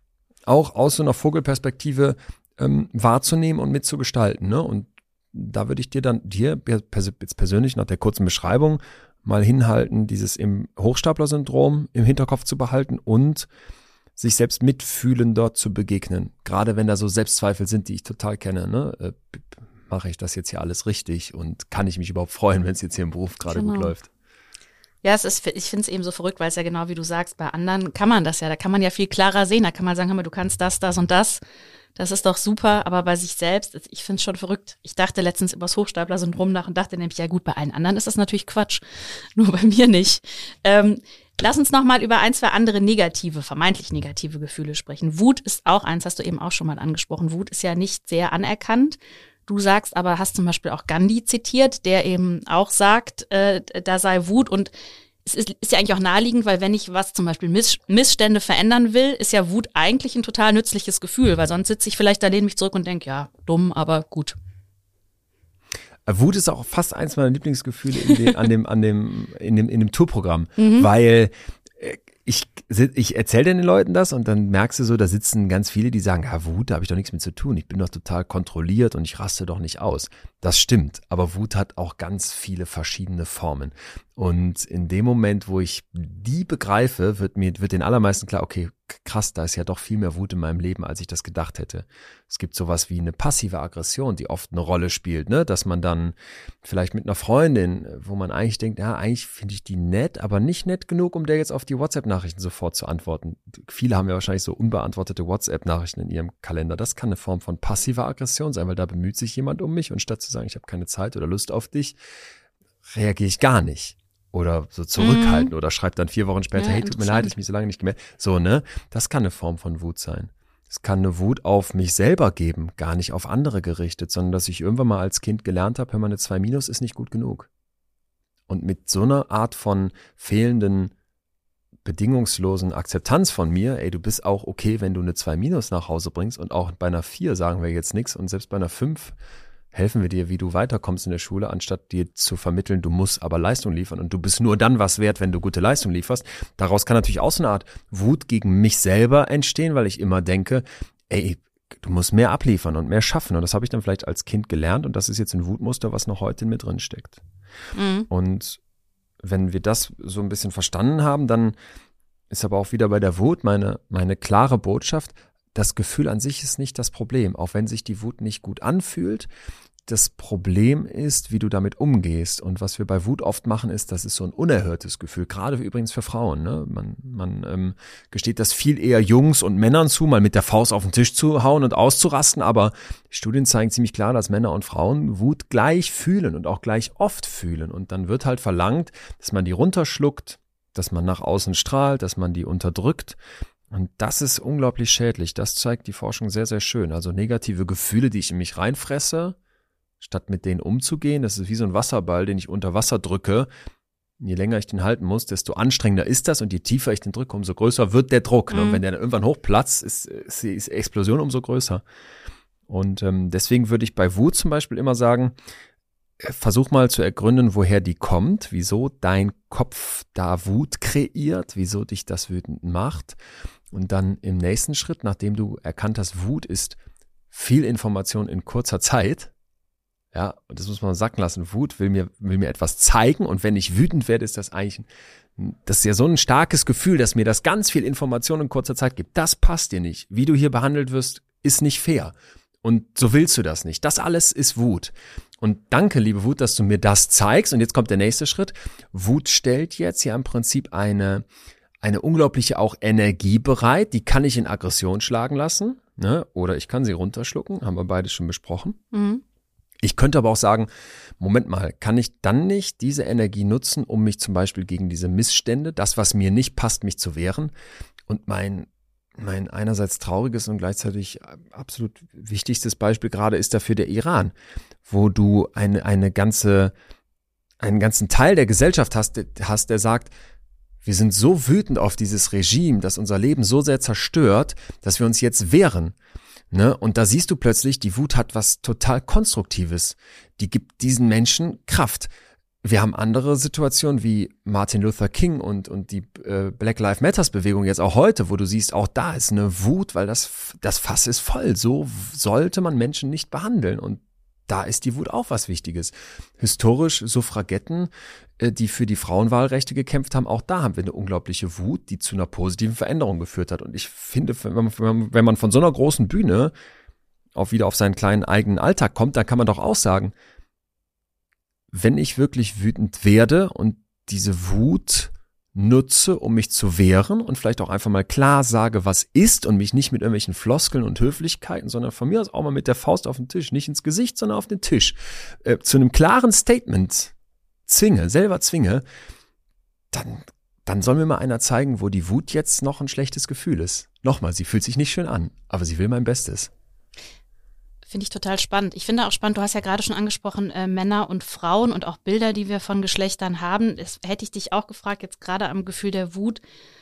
auch aus so einer Vogelperspektive wahrzunehmen und mitzugestalten. Ne? Und da würde ich dir jetzt persönlich nach der kurzen Beschreibung mal hinhalten, dieses im Hochstapler-Syndrom im Hinterkopf zu behalten und sich selbst mitfühlender zu begegnen. Gerade wenn da so Selbstzweifel sind, die ich total kenne. Ne? Mache ich das jetzt hier alles richtig und kann ich mich überhaupt freuen, wenn es jetzt hier im Beruf gerade gut läuft? Ja, ich finde es eben so verrückt, weil es ja genau wie du sagst, bei anderen kann man das ja, da kann man ja viel klarer sehen, da kann man sagen, hör mal, du kannst das und das ist doch super, aber bei sich selbst, ich finde es schon verrückt. Ich dachte letztens über das Hochstapler-Syndrom nach und dachte nämlich, ja gut, bei allen anderen ist das natürlich Quatsch, nur bei mir nicht. Lass uns nochmal über ein, zwei andere vermeintlich negative Gefühle sprechen. Wut ist auch eins, hast du eben auch schon mal angesprochen, Wut ist ja nicht sehr anerkannt. Du sagst aber, hast zum Beispiel auch Gandhi zitiert, der eben auch sagt, da sei Wut und es ist ja eigentlich auch naheliegend, weil wenn ich was zum Beispiel Missstände verändern will, ist ja Wut eigentlich ein total nützliches Gefühl, weil sonst sitze ich vielleicht da, lehne mich zurück und denke, ja, dumm, aber gut. Wut ist auch fast eins meiner Lieblingsgefühle in dem Tourprogramm, weil ich erzähle den Leuten das und dann merkst du so, da sitzen ganz viele, die sagen, ja, Wut, da habe ich doch nichts mit zu tun. Ich bin doch total kontrolliert und ich raste doch nicht aus. Das stimmt, aber Wut hat auch ganz viele verschiedene Formen. Und in dem Moment, wo ich die begreife, wird den allermeisten klar, okay, krass, da ist ja doch viel mehr Wut in meinem Leben, als ich das gedacht hätte. Es gibt sowas wie eine passive Aggression, die oft eine Rolle spielt, ne, dass man dann vielleicht mit einer Freundin, wo man eigentlich denkt, ja, eigentlich finde ich die nett, aber nicht nett genug, um der jetzt auf die WhatsApp-Nachrichten sofort zu antworten. Viele haben ja wahrscheinlich so unbeantwortete WhatsApp-Nachrichten in ihrem Kalender. Das kann eine Form von passiver Aggression sein, weil da bemüht sich jemand um mich und statt zu sagen, ich habe keine Zeit oder Lust auf dich, reagiere ich gar nicht. Oder so zurückhalten oder schreibt dann 4 Wochen später, hey, tut mir leid, ich mich so lange nicht gemeldet. So, ne? Das kann eine Form von Wut sein. Es kann eine Wut auf mich selber geben, gar nicht auf andere gerichtet, sondern dass ich irgendwann mal als Kind gelernt habe, hör mal, eine 2- ist nicht gut genug. Und mit so einer Art von fehlenden, bedingungslosen Akzeptanz von mir, ey, du bist auch okay, wenn du eine 2- nach Hause bringst und auch bei einer 4 sagen wir jetzt nichts und selbst bei einer 5 helfen wir dir, wie du weiterkommst in der Schule, anstatt dir zu vermitteln, du musst aber Leistung liefern und du bist nur dann was wert, wenn du gute Leistung lieferst. Daraus kann natürlich auch so eine Art Wut gegen mich selber entstehen, weil ich immer denke, ey, du musst mehr abliefern und mehr schaffen und das habe ich dann vielleicht als Kind gelernt und das ist jetzt ein Wutmuster, was noch heute in mir drin steckt. Und wenn wir das so ein bisschen verstanden haben, dann ist aber auch wieder bei der Wut meine klare Botschaft, das Gefühl an sich ist nicht das Problem, auch wenn sich die Wut nicht gut anfühlt. Das Problem ist, wie du damit umgehst. Und was wir bei Wut oft machen, ist, das ist so ein unerhörtes Gefühl, gerade übrigens für Frauen. Ne? Man gesteht das viel eher Jungs und Männern zu, mal mit der Faust auf den Tisch zu hauen und auszurasten. Aber Studien zeigen ziemlich klar, dass Männer und Frauen Wut gleich fühlen und auch gleich oft fühlen. Und dann wird halt verlangt, dass man die runterschluckt, dass man nach außen strahlt, dass man die unterdrückt. Und das ist unglaublich schädlich. Das zeigt die Forschung sehr, sehr schön. Also negative Gefühle, die ich in mich reinfresse, statt mit denen umzugehen, das ist wie so ein Wasserball, den ich unter Wasser drücke. Je länger ich den halten muss, desto anstrengender ist das. Und je tiefer ich den drücke, umso größer wird der Druck. Und wenn der dann irgendwann hochplatzt, ist die Explosion umso größer. Und deswegen würde ich bei Wut zum Beispiel immer sagen, versuch mal zu ergründen, woher die kommt, wieso dein Kopf da Wut kreiert, wieso dich das wütend macht. Und dann im nächsten Schritt, nachdem du erkannt hast, Wut ist viel Information in kurzer Zeit, ja, und das muss man sacken lassen, Wut will mir etwas zeigen, und wenn ich wütend werde, ist das ist ja so ein starkes Gefühl, dass mir das ganz viel Information in kurzer Zeit gibt. Das passt dir nicht. Wie du hier behandelt wirst, ist nicht fair. Und so willst du das nicht. Das alles ist Wut. Und danke, liebe Wut, dass du mir das zeigst. Und jetzt kommt der nächste Schritt. Wut stellt jetzt ja im Prinzip eine unglaubliche auch Energie bereit. Die kann ich in Aggression schlagen lassen, ne? Oder ich kann sie runterschlucken. Haben wir beides schon besprochen. Mhm. Ich könnte aber auch sagen, Moment mal, kann ich dann nicht diese Energie nutzen, um mich zum Beispiel gegen diese Missstände, das, was mir nicht passt, mich zu wehren? Und mein einerseits trauriges und gleichzeitig absolut wichtigstes Beispiel gerade ist dafür der Iran, wo du einen ganzen Teil der Gesellschaft hast, der sagt, wir sind so wütend auf dieses Regime, das unser Leben so sehr zerstört, dass wir uns jetzt wehren. Ne? Und da siehst du plötzlich, die Wut hat was total Konstruktives. Die gibt diesen Menschen Kraft. Wir haben andere Situationen wie Martin Luther King und die Black Lives Matters Bewegung jetzt auch heute, wo du siehst, auch da ist eine Wut, weil das Fass ist voll. So sollte man Menschen nicht behandeln. Und da ist die Wut auch was Wichtiges. Historisch Suffragetten, die für die Frauenwahlrechte gekämpft haben, auch da haben wir eine unglaubliche Wut, die zu einer positiven Veränderung geführt hat. Und ich finde, wenn man von so einer großen Bühne auch wieder auf seinen kleinen eigenen Alltag kommt, dann kann man doch auch sagen, wenn ich wirklich wütend werde und diese Wut nutze, um mich zu wehren und vielleicht auch einfach mal klar sage, was ist, und mich nicht mit irgendwelchen Floskeln und Höflichkeiten, sondern von mir aus auch mal mit der Faust auf den Tisch, nicht ins Gesicht, sondern auf den Tisch, zu einem klaren Statement selber zwinge, dann soll mir mal einer zeigen, wo die Wut jetzt noch ein schlechtes Gefühl ist. Nochmal, sie fühlt sich nicht schön an, aber sie will mein Bestes. Finde ich total spannend. Ich finde auch spannend, du hast ja gerade schon angesprochen, Männer und Frauen und auch Bilder, die wir von Geschlechtern haben. Das hätte ich dich auch gefragt, jetzt gerade am Gefühl der Wut.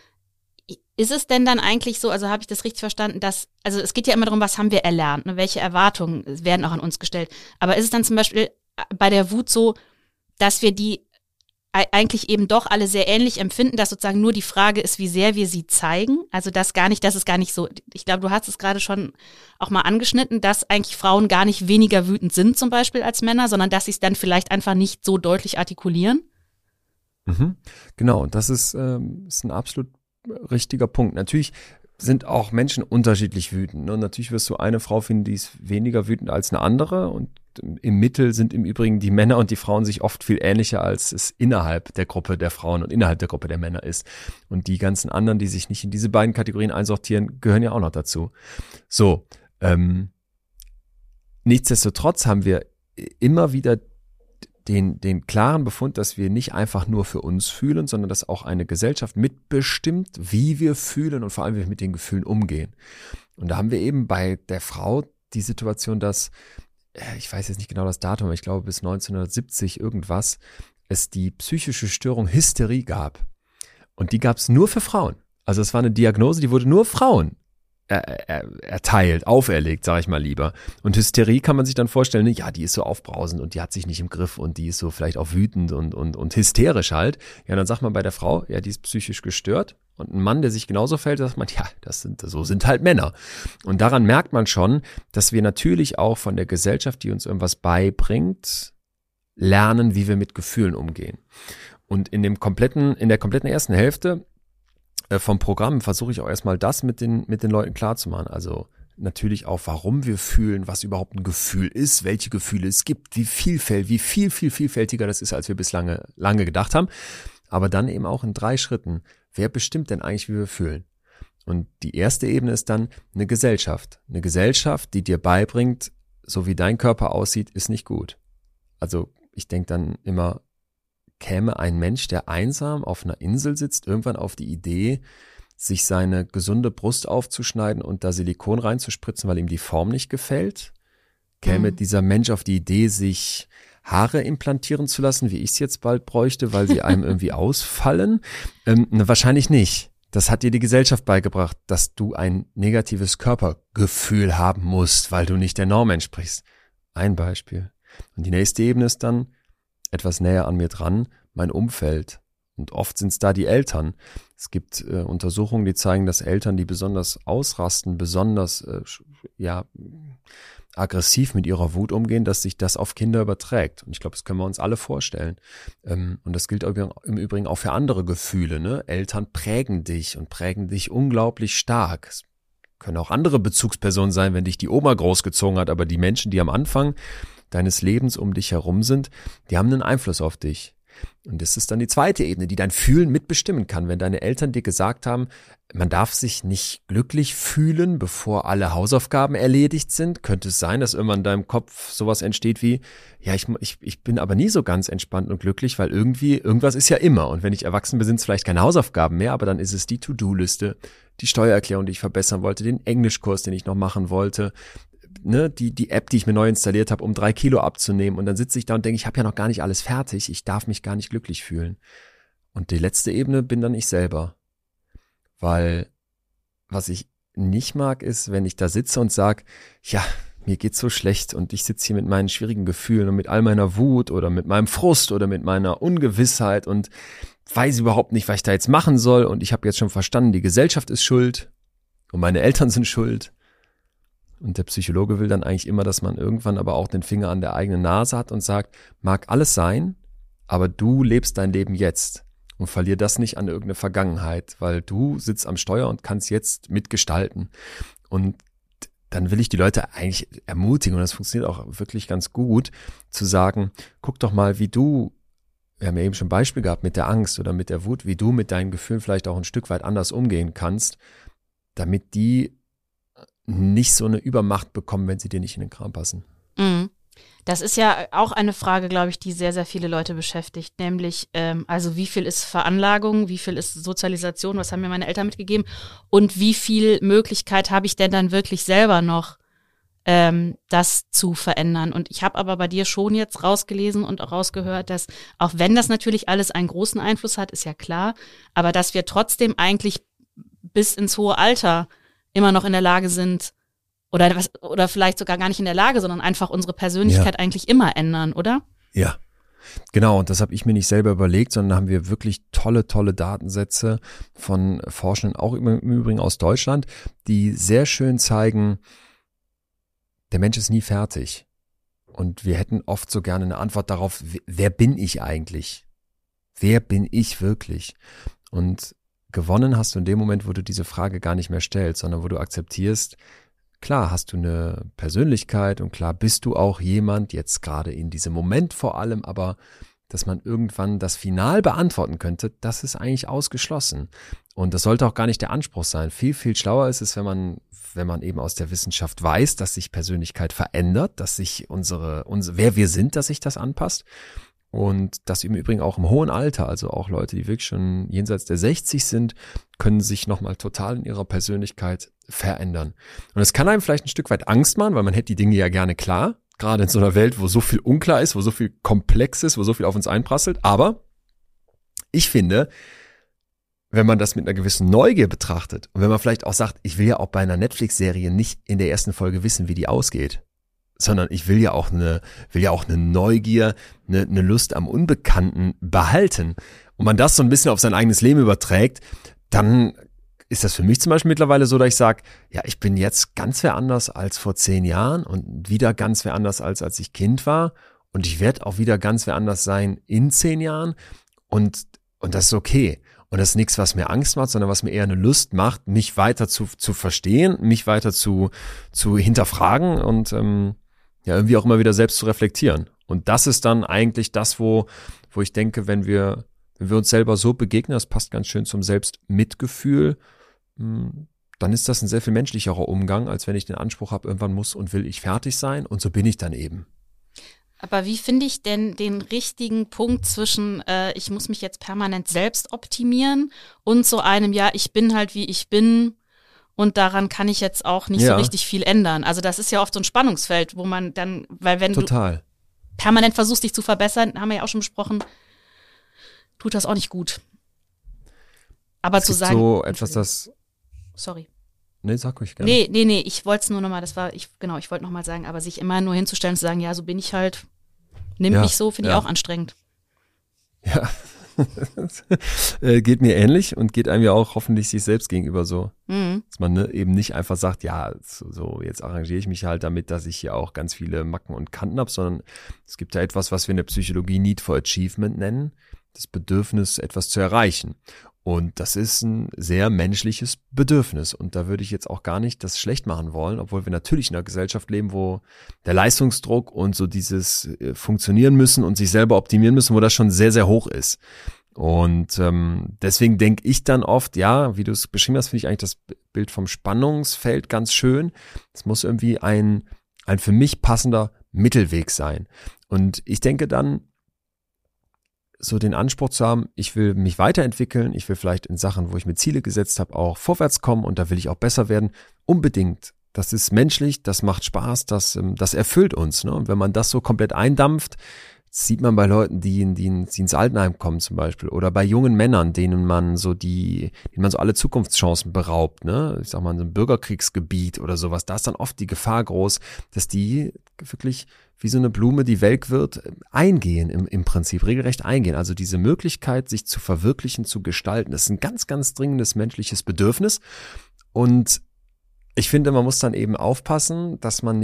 Ist es denn dann eigentlich so, also habe ich das richtig verstanden, also es geht ja immer darum, was haben wir erlernt, ne? Welche Erwartungen werden auch an uns gestellt. Aber ist es dann zum Beispiel bei der Wut so, dass wir die eigentlich eben doch alle sehr ähnlich empfinden, dass sozusagen nur die Frage ist, wie sehr wir sie zeigen. Also dass es gar nicht so, ich glaube, du hast es gerade schon auch mal angeschnitten, dass eigentlich Frauen gar nicht weniger wütend sind zum Beispiel als Männer, sondern dass sie es dann vielleicht einfach nicht so deutlich artikulieren. Mhm. Genau, das ist ein absolut richtiger Punkt. Natürlich sind auch Menschen unterschiedlich wütend. Ne? Und natürlich wirst du eine Frau finden, die ist weniger wütend als eine andere, und im Mittel sind im Übrigen die Männer und die Frauen sich oft viel ähnlicher, als es innerhalb der Gruppe der Frauen und innerhalb der Gruppe der Männer ist. Und die ganzen anderen, die sich nicht in diese beiden Kategorien einsortieren, gehören ja auch noch dazu. So, nichtsdestotrotz haben wir immer wieder den klaren Befund, dass wir nicht einfach nur für uns fühlen, sondern dass auch eine Gesellschaft mitbestimmt, wie wir fühlen und vor allem, wie wir mit den Gefühlen umgehen. Und da haben wir eben bei der Frau die Situation, dass, ich weiß jetzt nicht genau das Datum, aber ich glaube bis 1970 irgendwas, es die psychische Störung Hysterie gab. Und die gab es nur für Frauen. Also es war eine Diagnose, die wurde nur Frauen erteilt, auferlegt, sage ich mal lieber. Und Hysterie kann man sich dann vorstellen, ja, die ist so aufbrausend und die hat sich nicht im Griff und die ist so vielleicht auch wütend und hysterisch halt. Ja, dann sagt man bei der Frau, ja, die ist psychisch gestört. Und ein Mann, der sich genauso verhält, sagt man, ja, so sind halt Männer. Und daran merkt man schon, dass wir natürlich auch von der Gesellschaft, die uns irgendwas beibringt, lernen, wie wir mit Gefühlen umgehen. Und in der kompletten ersten Hälfte vom Programm versuche ich auch erstmal das mit den Leuten klarzumachen. Also natürlich auch, warum wir fühlen, was überhaupt ein Gefühl ist, welche Gefühle es gibt, wie viel vielfältiger das ist, als wir bislang lange gedacht haben. Aber dann eben auch in 3 Schritten. Wer bestimmt denn eigentlich, wie wir fühlen? Und die erste Ebene ist dann eine Gesellschaft. Eine Gesellschaft, die dir beibringt, so wie dein Körper aussieht, ist nicht gut. Also ich denke dann immer, käme ein Mensch, der einsam auf einer Insel sitzt, irgendwann auf die Idee, sich seine gesunde Brust aufzuschneiden und da Silikon reinzuspritzen, weil ihm die Form nicht gefällt? Käme dieser Mensch auf die Idee, sich Haare implantieren zu lassen, wie ich es jetzt bald bräuchte, weil sie einem irgendwie ausfallen? Wahrscheinlich nicht. Das hat dir die Gesellschaft beigebracht, dass du ein negatives Körpergefühl haben musst, weil du nicht der Norm entsprichst. Ein Beispiel. Und die nächste Ebene ist dann etwas näher an mir dran, mein Umfeld. Und oft sind es da die Eltern. Es gibt Untersuchungen, die zeigen, dass Eltern, die besonders ausrasten, besonders aggressiv mit ihrer Wut umgehen, dass sich das auf Kinder überträgt. Und ich glaube, das können wir uns alle vorstellen. Und das gilt im Übrigen auch für andere Gefühle. Ne? Eltern prägen dich und prägen dich unglaublich stark. Es können auch andere Bezugspersonen sein, wenn dich die Oma großgezogen hat, aber die Menschen, die am Anfang deines Lebens um dich herum sind, die haben einen Einfluss auf dich. Und das ist dann die zweite Ebene, die dein Fühlen mitbestimmen kann. Wenn deine Eltern dir gesagt haben, man darf sich nicht glücklich fühlen, bevor alle Hausaufgaben erledigt sind, könnte es sein, dass irgendwann in deinem Kopf sowas entsteht wie, ja, ich bin aber nie so ganz entspannt und glücklich, weil irgendwas ist ja immer. Und wenn ich erwachsen bin, sind es vielleicht keine Hausaufgaben mehr, aber dann ist es die To-Do-Liste, die Steuererklärung, die ich verbessern wollte, den Englischkurs, den ich noch machen wollte, ne, die App, die ich mir neu installiert habe, um 3 Kilo abzunehmen. Und dann sitze ich da und denke, ich habe ja noch gar nicht alles fertig. Ich darf mich gar nicht glücklich fühlen. Und die letzte Ebene bin dann ich selber. Weil was ich nicht mag, ist, wenn ich da sitze und sage, ja, mir geht's so schlecht und ich sitze hier mit meinen schwierigen Gefühlen und mit all meiner Wut oder mit meinem Frust oder mit meiner Ungewissheit und weiß überhaupt nicht, was ich da jetzt machen soll. Und ich habe jetzt schon verstanden, die Gesellschaft ist schuld und meine Eltern sind schuld. Und der Psychologe will dann eigentlich immer, dass man irgendwann aber auch den Finger an der eigenen Nase hat und sagt, mag alles sein, aber du lebst dein Leben jetzt und verlier das nicht an irgendeine Vergangenheit, weil du sitzt am Steuer und kannst jetzt mitgestalten. Und dann will ich die Leute eigentlich ermutigen, und das funktioniert auch wirklich ganz gut, zu sagen, guck doch mal, wie du, wir haben ja eben schon ein Beispiel gehabt mit der Angst oder mit der Wut, wie du mit deinen Gefühlen vielleicht auch ein Stück weit anders umgehen kannst, damit die nicht so eine Übermacht bekommen, wenn sie dir nicht in den Kram passen. Das ist ja auch eine Frage, glaube ich, die sehr, sehr viele Leute beschäftigt, nämlich also wie viel ist Veranlagung, wie viel ist Sozialisation, was haben mir meine Eltern mitgegeben und wie viel Möglichkeit habe ich denn dann wirklich selber noch, das zu verändern. Und ich habe aber bei dir schon jetzt rausgelesen und auch rausgehört, dass auch wenn das natürlich alles einen großen Einfluss hat, ist ja klar, aber dass wir trotzdem eigentlich bis ins hohe Alter immer noch in der Lage sind, oder vielleicht sogar gar nicht in der Lage, sondern einfach unsere Persönlichkeit eigentlich immer ändern, oder? Ja, genau. Und das habe ich mir nicht selber überlegt, sondern haben wir wirklich tolle Datensätze von Forschenden, auch im Übrigen aus Deutschland, die sehr schön zeigen, der Mensch ist nie fertig. Und wir hätten oft so gerne eine Antwort darauf, wer bin ich eigentlich? Wer bin ich wirklich? Und gewonnen hast du in dem Moment, wo du diese Frage gar nicht mehr stellst, sondern wo du akzeptierst, klar hast du eine Persönlichkeit und klar bist du auch jemand, jetzt gerade in diesem Moment vor allem, aber dass man irgendwann das final beantworten könnte, das ist eigentlich ausgeschlossen. Und das sollte auch gar nicht der Anspruch sein. Viel, viel schlauer ist es, wenn man eben aus der Wissenschaft weiß, dass sich Persönlichkeit verändert, dass sich wer wir sind, dass sich das anpasst. Und das im Übrigen auch im hohen Alter, also auch Leute, die wirklich schon jenseits der 60 sind, können sich nochmal total in ihrer Persönlichkeit verändern. Und es kann einem vielleicht ein Stück weit Angst machen, weil man hätte die Dinge ja gerne klar, gerade in so einer Welt, wo so viel unklar ist, wo so viel komplex ist, wo so viel auf uns einprasselt. Aber ich finde, wenn man das mit einer gewissen Neugier betrachtet und wenn man vielleicht auch sagt, ich will ja auch bei einer Netflix-Serie nicht in der ersten Folge wissen, wie die ausgeht, sondern ich will ja auch eine Neugier, eine Lust am Unbekannten behalten. Und man das so ein bisschen auf sein eigenes Leben überträgt, dann ist das für mich zum Beispiel mittlerweile so, dass ich sage, ja, ich bin jetzt ganz wer anders als vor 10 Jahren und wieder ganz wer anders als ich Kind war und ich werde auch wieder ganz wer anders sein in 10 Jahren und das ist okay. Und das ist nichts, was mir Angst macht, sondern was mir eher eine Lust macht, mich weiter zu verstehen, mich weiter zu hinterfragen und irgendwie auch immer wieder selbst zu reflektieren. Und das ist dann eigentlich das, wo ich denke, wenn wir uns selber so begegnen, das passt ganz schön zum Selbstmitgefühl, dann ist das ein sehr viel menschlicherer Umgang, als wenn ich den Anspruch habe, irgendwann muss und will ich fertig sein und so bin ich dann eben. Aber wie finde ich denn den richtigen Punkt zwischen, ich muss mich jetzt permanent selbst optimieren und so einem, ja, ich bin halt wie ich bin und daran kann ich jetzt auch nicht so richtig viel ändern. Also das ist ja oft so ein Spannungsfeld, wo man dann, weil wenn du permanent versuchst, dich zu verbessern, haben wir ja auch schon besprochen, tut das auch nicht gut. Aber es zu gibt sagen. So etwas, das. Sorry. Nee, sag ruhig gerne. Nee, ich wollte es nur nochmal, ich wollte nochmal sagen, aber sich immer nur hinzustellen und zu sagen, ja, so bin ich halt, Nimmt Ja, mich so, finde ich ja. auch anstrengend. Ja, geht mir ähnlich und geht einem ja auch hoffentlich sich selbst gegenüber so. Dass man eben nicht einfach sagt, ja, so jetzt arrangiere ich mich halt damit, dass ich hier auch ganz viele Macken und Kanten habe, sondern es gibt da etwas, was wir in der Psychologie Need for Achievement nennen, das Bedürfnis, etwas zu erreichen. Und das ist ein sehr menschliches Bedürfnis. Und da würde ich jetzt auch gar nicht das schlecht machen wollen, obwohl wir natürlich in einer Gesellschaft leben, wo der Leistungsdruck und so dieses funktionieren müssen und sich selber optimieren müssen, wo das schon sehr, sehr hoch ist. Und deswegen denke ich dann oft, ja, wie du es beschrieben hast, finde ich eigentlich das Bild vom Spannungsfeld ganz schön. Es muss irgendwie ein für mich passender Mittelweg sein. Und ich denke dann, so den Anspruch zu haben, ich will mich weiterentwickeln, ich will vielleicht in Sachen, wo ich mir Ziele gesetzt habe, auch vorwärts kommen und da will ich auch besser werden. Unbedingt. Das ist menschlich, das macht Spaß, das erfüllt uns. Ne? Und wenn man das so komplett eindampft, sieht man bei Leuten, die ins Altenheim kommen zum Beispiel, oder bei jungen Männern, denen man so alle Zukunftschancen beraubt, ne? Ich sag mal, in so einem Bürgerkriegsgebiet oder sowas, da ist dann oft die Gefahr groß, dass die wirklich wie so eine Blume, die welk wird, eingehen, im Prinzip, regelrecht eingehen. Also diese Möglichkeit, sich zu verwirklichen, zu gestalten, das ist ein ganz, ganz dringendes menschliches Bedürfnis. Und ich finde, man muss dann eben aufpassen, dass man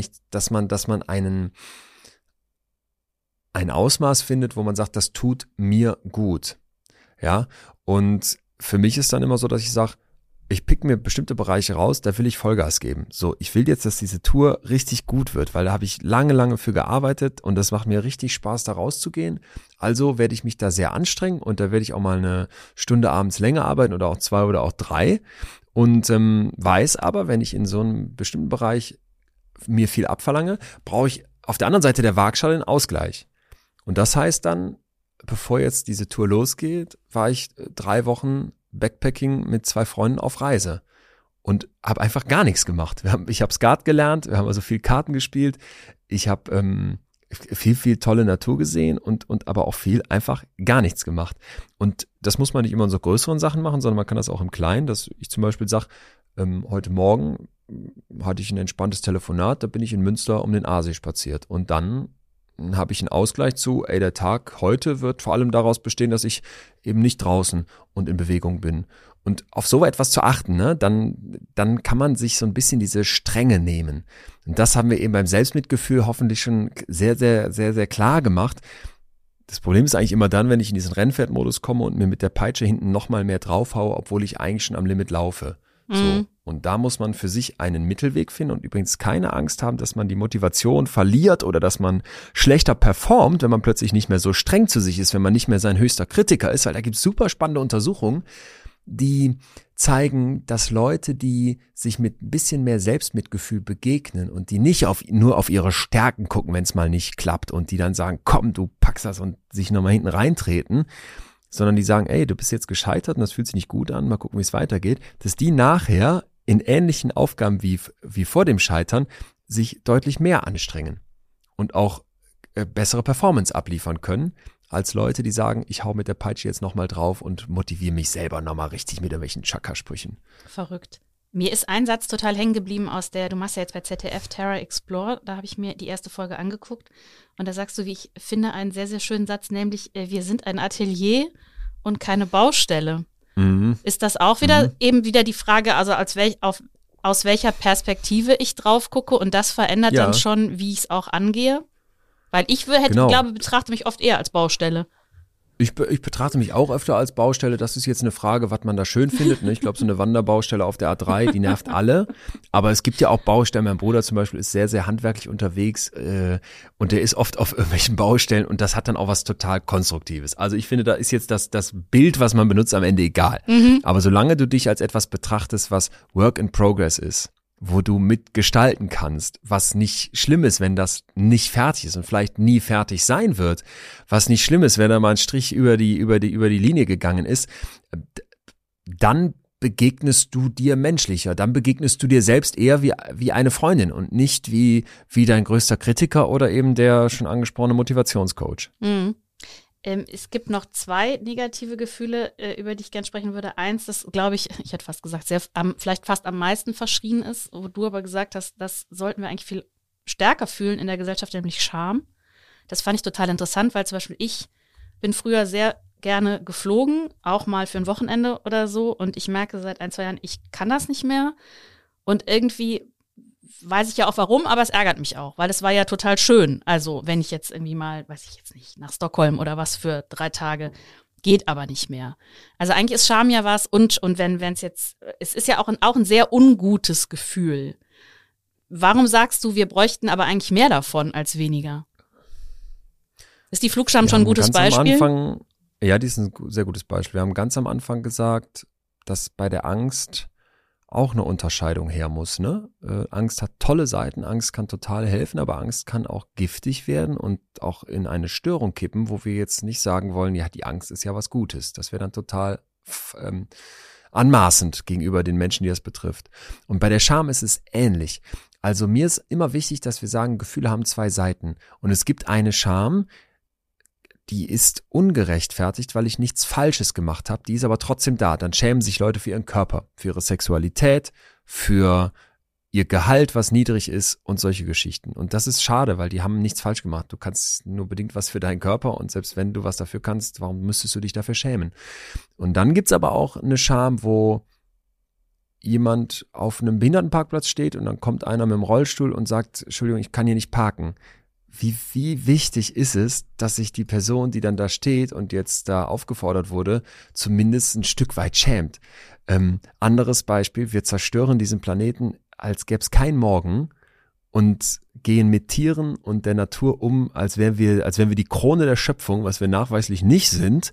ein Ausmaß findet, wo man sagt, das tut mir gut. Ja, und für mich ist dann immer so, dass ich sage, ich pick mir bestimmte Bereiche raus, da will ich Vollgas geben. So, ich will jetzt, dass diese Tour richtig gut wird, weil da habe ich lange, lange für gearbeitet und das macht mir richtig Spaß, da rauszugehen. Also werde ich mich da sehr anstrengen und da werde ich auch mal eine Stunde abends länger arbeiten oder auch 2 oder auch 3 und weiß aber, wenn ich in so einem bestimmten Bereich mir viel abverlange, brauche ich auf der anderen Seite der Waagschale einen Ausgleich. Und das heißt dann, bevor jetzt diese Tour losgeht, war ich 3 Wochen Backpacking mit 2 Freunden auf Reise und habe einfach gar nichts gemacht. Ich habe Skat gelernt, wir haben also viel Karten gespielt, ich habe viel tolle Natur gesehen und aber auch viel einfach gar nichts gemacht. Und das muss man nicht immer in so größeren Sachen machen, sondern man kann das auch im Kleinen, dass ich zum Beispiel sage, heute Morgen hatte ich ein entspanntes Telefonat, da bin ich in Münster um den Aasee spaziert und dann habe ich einen Ausgleich zu, der Tag heute wird vor allem daraus bestehen, dass ich eben nicht draußen und in Bewegung bin. Und auf so etwas zu achten, ne, dann kann man sich so ein bisschen diese Strenge nehmen. Und das haben wir eben beim Selbstmitgefühl hoffentlich schon sehr, sehr, sehr, sehr klar gemacht. Das Problem ist eigentlich immer dann, wenn ich in diesen Rennpferdmodus komme und mir mit der Peitsche hinten nochmal mehr draufhaue, obwohl ich eigentlich schon am Limit laufe. So. Und da muss man für sich einen Mittelweg finden und übrigens keine Angst haben, dass man die Motivation verliert oder dass man schlechter performt, wenn man plötzlich nicht mehr so streng zu sich ist, wenn man nicht mehr sein höchster Kritiker ist, weil da gibt es super spannende Untersuchungen, die zeigen, dass Leute, die sich mit ein bisschen mehr Selbstmitgefühl begegnen und die nicht nur auf ihre Stärken gucken, wenn es mal nicht klappt und die dann sagen, komm, du packst das und sich nochmal hinten reintreten, sondern die sagen, ey, du bist jetzt gescheitert und das fühlt sich nicht gut an, mal gucken, wie es weitergeht, dass die nachher in ähnlichen Aufgaben wie vor dem Scheitern sich deutlich mehr anstrengen und auch bessere Performance abliefern können, als Leute, die sagen, ich hau mit der Peitsche jetzt nochmal drauf und motiviere mich selber nochmal richtig mit irgendwelchen Chaka-Sprüchen. Verrückt. Mir ist ein Satz total hängen geblieben du machst ja jetzt bei ZDF Terra Explore, da habe ich mir die erste Folge angeguckt und da sagst du, wie ich finde, einen sehr, sehr schönen Satz, nämlich, wir sind ein Atelier und keine Baustelle. Mhm. Ist das auch wieder eben wieder die Frage, also aus welcher Perspektive ich drauf gucke und das verändert dann schon, wie ich es auch angehe? Weil ich betrachte mich oft eher als Baustelle. Ich betrachte mich auch öfter als Baustelle. Das ist jetzt eine Frage, was man da schön findet. Ne? Ich glaube, so eine Wanderbaustelle auf der A3, die nervt alle. Aber es gibt ja auch Baustellen. Mein Bruder zum Beispiel ist sehr, sehr handwerklich unterwegs und der ist oft auf irgendwelchen Baustellen und das hat dann auch was total Konstruktives. Also ich finde, da ist jetzt das Bild, was man benutzt, am Ende egal. Mhm. Aber solange du dich als etwas betrachtest, was Work in Progress ist, wo du mitgestalten kannst, was nicht schlimm ist, wenn das nicht fertig ist und vielleicht nie fertig sein wird, was nicht schlimm ist, wenn da mal ein Strich über die Linie gegangen ist, dann begegnest du dir menschlicher, dann begegnest du dir selbst eher wie eine Freundin und nicht wie dein größter Kritiker oder eben der schon angesprochene Motivationscoach. Mhm. Es gibt noch 2 negative Gefühle, über die ich gerne sprechen würde. Eins, das glaube ich hätte fast gesagt, vielleicht fast am meisten verschrien ist, wo du aber gesagt hast, das sollten wir eigentlich viel stärker fühlen in der Gesellschaft, nämlich Scham. Das fand ich total interessant, weil zum Beispiel ich bin früher sehr gerne geflogen, auch mal für ein Wochenende oder so. Und ich merke seit 1-2 Jahren, ich kann das nicht mehr. Und irgendwie weiß ich ja auch warum, aber es ärgert mich auch, weil es war ja total schön. Also wenn ich jetzt irgendwie mal, weiß ich jetzt nicht, nach Stockholm oder was für 3 Tage, geht aber nicht mehr. Also eigentlich ist Scham ja was und wenn es jetzt, es ist ja auch ein sehr ungutes Gefühl. Warum sagst du, wir bräuchten aber eigentlich mehr davon als weniger? Ist die Flugscham schon ein gutes Beispiel? Ja, die ist ein sehr gutes Beispiel. Wir haben ganz am Anfang gesagt, dass bei der Angst auch eine Unterscheidung her muss, ne? Angst hat tolle Seiten, Angst kann total helfen, aber Angst kann auch giftig werden und auch in eine Störung kippen, wo wir jetzt nicht sagen wollen, ja, die Angst ist ja was Gutes. Das wäre dann total anmaßend gegenüber den Menschen, die das betrifft. Und bei der Scham ist es ähnlich. Also mir ist immer wichtig, dass wir sagen, Gefühle haben 2 Seiten. Und es gibt eine Scham, die ist ungerechtfertigt, weil ich nichts Falsches gemacht habe, die ist aber trotzdem da. Dann schämen sich Leute für ihren Körper, für ihre Sexualität, für ihr Gehalt, was niedrig ist und solche Geschichten. Und das ist schade, weil die haben nichts falsch gemacht. Du kannst nur bedingt was für deinen Körper und selbst wenn du was dafür kannst, warum müsstest du dich dafür schämen? Und dann gibt's aber auch eine Scham, wo jemand auf einem Behindertenparkplatz steht und dann kommt einer mit dem Rollstuhl und sagt, Entschuldigung, ich kann hier nicht parken. Wie wichtig ist es, dass sich die Person, die dann da steht und jetzt da aufgefordert wurde, zumindest ein Stück weit schämt. Anderes Beispiel, wir zerstören diesen Planeten, als gäbe es keinen Morgen und gehen mit Tieren und der Natur um, als wären wir die Krone der Schöpfung, was wir nachweislich nicht sind.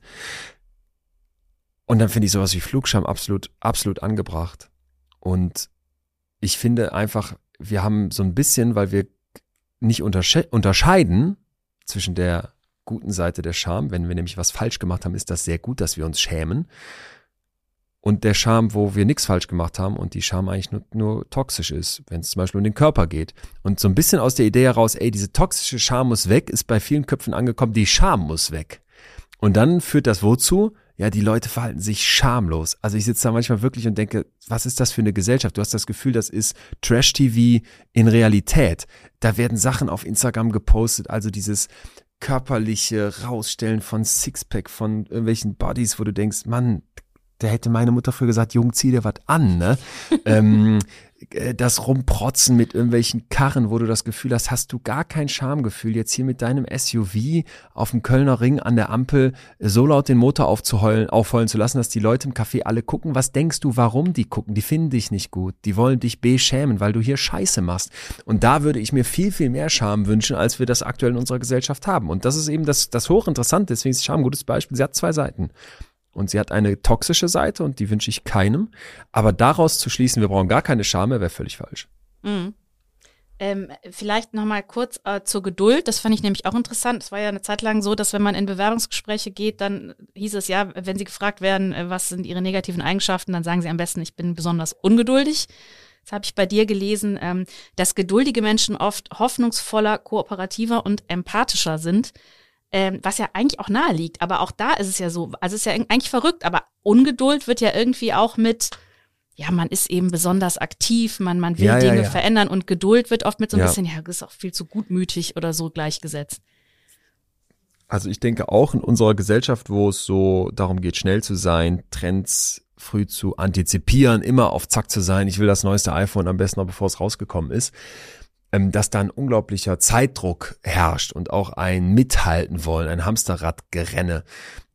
Und dann finde ich sowas wie Flugscham absolut angebracht. Und ich finde einfach, wir haben so ein bisschen, weil wir nicht unterscheiden zwischen der guten Seite der Scham, wenn wir nämlich was falsch gemacht haben, ist das sehr gut, dass wir uns schämen, und der Scham, wo wir nichts falsch gemacht haben und die Scham eigentlich nur toxisch ist, wenn es zum Beispiel um den Körper geht. Und so ein bisschen aus der Idee heraus, diese toxische Scham muss weg, ist bei vielen Köpfen angekommen, die Scham muss weg. Und dann führt das wozu? Ja, die Leute verhalten sich schamlos. Also ich sitze da manchmal wirklich und denke, was ist das für eine Gesellschaft? Du hast das Gefühl, das ist Trash-TV in Realität. Da werden Sachen auf Instagram gepostet, also dieses körperliche Rausstellen von Sixpack, von irgendwelchen Bodies, wo du denkst, Mann, da hätte meine Mutter früher gesagt, Jung, zieh dir was an, ne? Das Rumprotzen mit irgendwelchen Karren, wo du das Gefühl hast du gar kein Schamgefühl, jetzt hier mit deinem SUV auf dem Kölner Ring an der Ampel so laut den Motor aufheulen zu lassen, dass die Leute im Café alle gucken. Was denkst du, warum die gucken? Die finden dich nicht gut. Die wollen dich beschämen, weil du hier Scheiße machst. Und da würde ich mir viel, viel mehr Scham wünschen, als wir das aktuell in unserer Gesellschaft haben. Und das ist eben das hochinteressante. Deswegen ist Scham ein gutes Beispiel. Sie hat 2 Seiten. Und sie hat eine toxische Seite und die wünsche ich keinem. Aber daraus zu schließen, wir brauchen gar keine Scham mehr, wäre völlig falsch. Mhm. Vielleicht noch mal kurz zur Geduld. Das fand ich nämlich auch interessant. Es war ja eine Zeit lang so, dass wenn man in Bewerbungsgespräche geht, dann hieß es ja, wenn sie gefragt werden, was sind ihre negativen Eigenschaften, dann sagen sie am besten, ich bin besonders ungeduldig. Das habe ich bei dir gelesen, dass geduldige Menschen oft hoffnungsvoller, kooperativer und empathischer sind. Was ja eigentlich auch nahe liegt, aber auch da ist es ja so, also es ist ja eigentlich verrückt, aber Ungeduld wird ja irgendwie auch mit, ja, man ist eben besonders aktiv, man will Dinge verändern, und Geduld wird oft mit so ein bisschen, ja, das ist auch viel zu gutmütig oder so gleichgesetzt. Also ich denke auch in unserer Gesellschaft, wo es so darum geht, schnell zu sein, Trends früh zu antizipieren, immer auf Zack zu sein, ich will das neueste iPhone am besten noch bevor es rausgekommen ist, dass da ein unglaublicher Zeitdruck herrscht und auch ein Mithalten wollen, ein Hamsterradgerenne.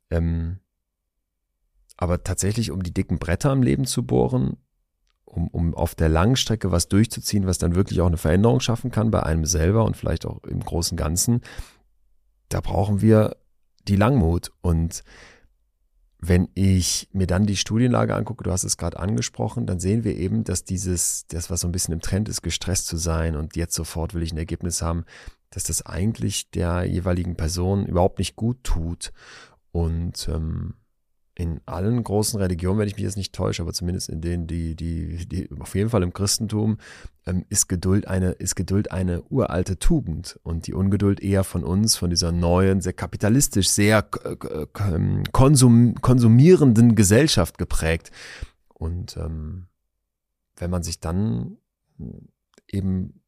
Aber tatsächlich, um die dicken Bretter im Leben zu bohren, um auf der langen Strecke was durchzuziehen, was dann wirklich auch eine Veränderung schaffen kann bei einem selber und vielleicht auch im großen Ganzen, da brauchen wir die Langmut. Und wenn ich mir dann die Studienlage angucke, du hast es gerade angesprochen, dann sehen wir eben, dass das, was so ein bisschen im Trend ist, gestresst zu sein und jetzt sofort will ich ein Ergebnis haben, dass das eigentlich der jeweiligen Person überhaupt nicht gut tut. Und in allen großen Religionen, wenn ich mich jetzt nicht täusche, aber zumindest in denen, die auf jeden Fall im Christentum, ist Geduld eine uralte Tugend und die Ungeduld eher von uns, von dieser neuen, sehr kapitalistisch, sehr konsumierenden Gesellschaft geprägt. Und wenn man sich dann eben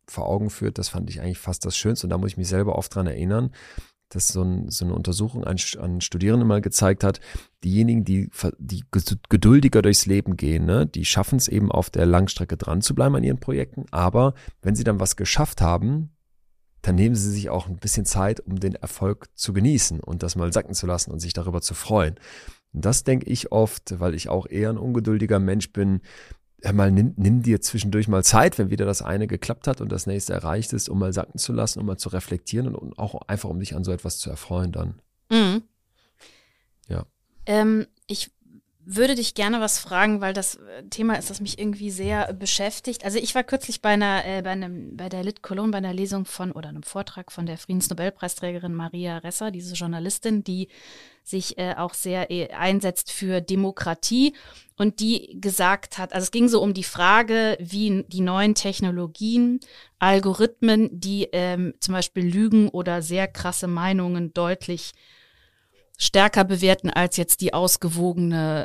vor Augen führt, das fand ich eigentlich fast das Schönste. Und da muss ich mich selber oft dran erinnern, dass so eine Untersuchung an Studierenden mal gezeigt hat, diejenigen, die geduldiger durchs Leben gehen, ne, die schaffen es eben auf der Langstrecke dran zu bleiben an ihren Projekten. Aber wenn sie dann was geschafft haben, dann nehmen sie sich auch ein bisschen Zeit, um den Erfolg zu genießen und das mal sacken zu lassen und sich darüber zu freuen. Und das denke ich oft, weil ich auch eher ein ungeduldiger Mensch bin. Nimm dir zwischendurch mal Zeit, wenn wieder das eine geklappt hat und das nächste erreicht ist, um mal sacken zu lassen, um mal zu reflektieren und auch einfach, um dich an so etwas zu erfreuen dann. Mhm. Ja. Ich würde dich gerne was fragen, weil das Thema ist, das mich irgendwie sehr beschäftigt. Also ich war kürzlich bei der Lit Cologne bei einer Lesung oder einem Vortrag von der Friedensnobelpreisträgerin Maria Ressa, diese Journalistin, die sich auch sehr einsetzt für Demokratie und die gesagt hat, also es ging so um die Frage, wie die neuen Technologien, Algorithmen, die zum Beispiel Lügen oder sehr krasse Meinungen deutlich stärker bewerten als jetzt die ausgewogene,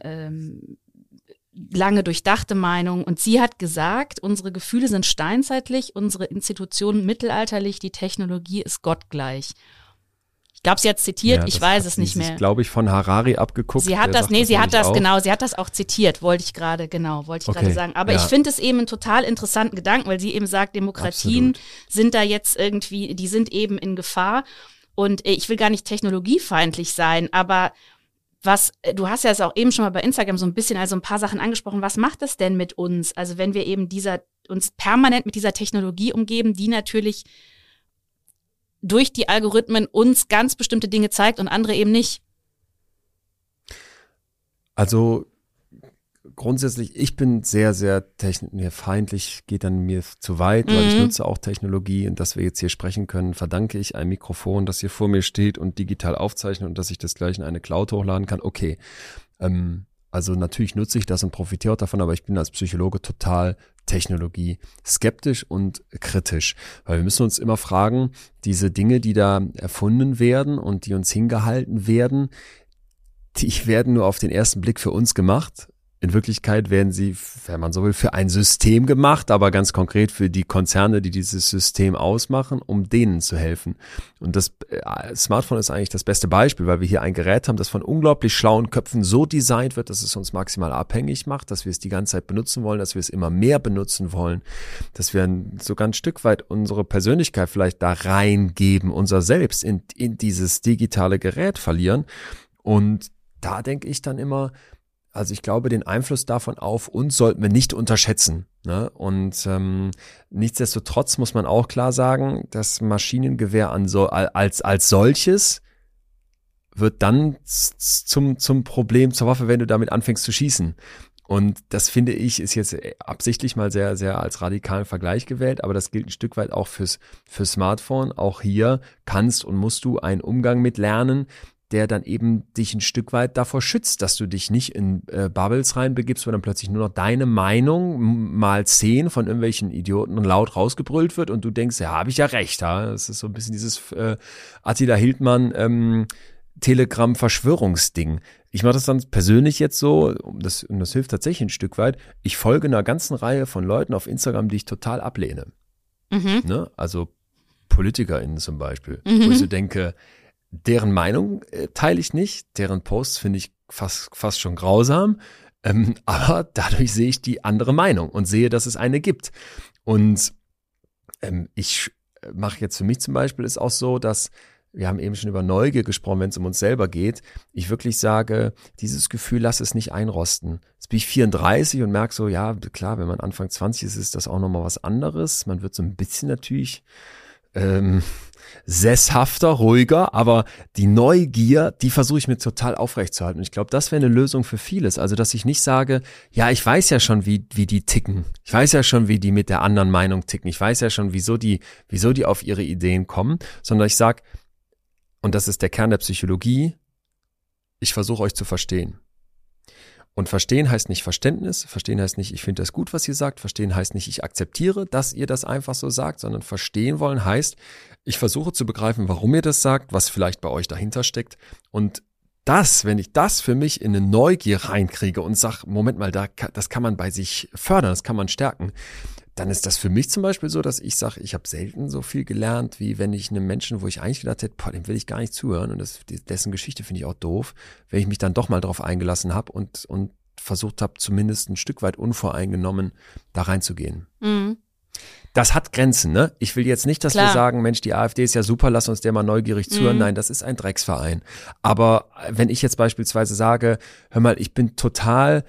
lange durchdachte Meinung. Und sie hat gesagt, unsere Gefühle sind steinzeitlich, unsere Institutionen mittelalterlich, die Technologie ist gottgleich. Ich glaube, sie hat zitiert, ich weiß es nicht mehr. Glaube ich, von Harari abgeguckt. Sie hat sie hat das auch zitiert, wollte ich gerade sagen. Aber ich finde es eben einen total interessanten Gedanken, weil sie eben sagt, Demokratien sind da jetzt irgendwie, die sind eben in Gefahr. Und ich will gar nicht technologiefeindlich sein, aber du hast ja es auch eben schon mal bei Instagram so ein bisschen, also ein paar Sachen angesprochen, was macht das denn mit uns? Also wenn wir eben uns permanent mit dieser Technologie umgeben, die natürlich durch die Algorithmen uns ganz bestimmte Dinge zeigt und andere eben nicht. Also grundsätzlich, ich bin sehr, sehr feindlich, geht dann mir zu weit, weil ich nutze auch Technologie und dass wir jetzt hier sprechen können, verdanke ich ein Mikrofon, das hier vor mir steht und digital aufzeichnet und dass ich das gleich in eine Cloud hochladen kann. Okay, also natürlich nutze ich das und profitiere auch davon, aber ich bin als Psychologe total Technologie skeptisch und kritisch, weil wir müssen uns immer fragen, diese Dinge, die da erfunden werden und die uns hingehalten werden, die werden nur auf den ersten Blick für uns gemacht. In Wirklichkeit werden sie, wenn man so will, für ein System gemacht, aber ganz konkret für die Konzerne, die dieses System ausmachen, um denen zu helfen. Und das Smartphone ist eigentlich das beste Beispiel, weil wir hier ein Gerät haben, das von unglaublich schlauen Köpfen so designt wird, dass es uns maximal abhängig macht, dass wir es die ganze Zeit benutzen wollen, dass wir es immer mehr benutzen wollen, dass wir sogar ein Stück weit unsere Persönlichkeit vielleicht da reingeben, unser Selbst in dieses digitale Gerät verlieren. Und da denke ich dann immer, also ich glaube, den Einfluss davon auf uns sollten wir nicht unterschätzen. Ne? Und nichtsdestotrotz muss man auch klar sagen, das Maschinengewehr als solches wird dann zum Problem, zur Waffe, wenn du damit anfängst zu schießen. Und das finde ich, ist jetzt absichtlich mal sehr, sehr als radikalen Vergleich gewählt, aber das gilt ein Stück weit auch fürs Smartphone. Auch hier kannst und musst du einen Umgang mit lernen, der dann eben dich ein Stück weit davor schützt, dass du dich nicht in Bubbles reinbegibst, wo dann plötzlich nur noch deine Meinung mal 10 von irgendwelchen Idioten laut rausgebrüllt wird und du denkst, ja, habe ich ja recht. Ja? Das ist so ein bisschen dieses Attila Hildmann Telegram-Verschwörungsding. Ich mache das dann persönlich jetzt so, und das hilft tatsächlich ein Stück weit. Ich folge einer ganzen Reihe von Leuten auf Instagram, die ich total ablehne. Ne? Also PolitikerInnen zum Beispiel, wo ich so denke, deren Meinung teile ich nicht, deren Posts finde ich fast schon grausam, aber dadurch sehe ich die andere Meinung und sehe, dass es eine gibt. Und ich mache jetzt für mich zum Beispiel ist auch so, dass wir haben eben schon über Neugier gesprochen, wenn es um uns selber geht. Ich wirklich sage, dieses Gefühl, lass es nicht einrosten. Jetzt bin ich 34 und merke so, ja, klar, wenn man Anfang 20 ist, ist das auch nochmal was anderes. Man wird so ein bisschen natürlich sesshafter, ruhiger, aber die Neugier, die versuche ich mir total aufrechtzuerhalten. Und ich glaube, das wäre eine Lösung für vieles. Also, dass ich nicht sage, ja, ich weiß ja schon, wie die ticken. Ich weiß ja schon, wie die mit der anderen Meinung ticken. Ich weiß ja schon, wieso die auf ihre Ideen kommen, sondern ich sage, und das ist der Kern der Psychologie, ich versuche euch zu verstehen. Und verstehen heißt nicht Verständnis, verstehen heißt nicht, ich finde das gut, was ihr sagt, verstehen heißt nicht, ich akzeptiere, dass ihr das einfach so sagt, sondern verstehen wollen heißt, ich versuche zu begreifen, warum ihr das sagt, was vielleicht bei euch dahinter steckt und wenn ich das für mich in eine Neugier reinkriege und sage, Moment mal, das kann man bei sich fördern, das kann man stärken, dann ist das für mich zum Beispiel so, dass ich sage, ich habe selten so viel gelernt, wie wenn ich einem Menschen, wo ich eigentlich gedacht hätte, dem will ich gar nicht zuhören und dessen Geschichte finde ich auch doof, wenn ich mich dann doch mal drauf eingelassen habe und versucht habe, zumindest ein Stück weit unvoreingenommen da reinzugehen. Mhm. Das hat Grenzen, ne? Ich will jetzt nicht, dass wir sagen, Mensch, die AfD ist ja super, lass uns der mal neugierig zuhören. Nein, das ist ein Drecksverein. Aber wenn ich jetzt beispielsweise sage, hör mal, ich bin total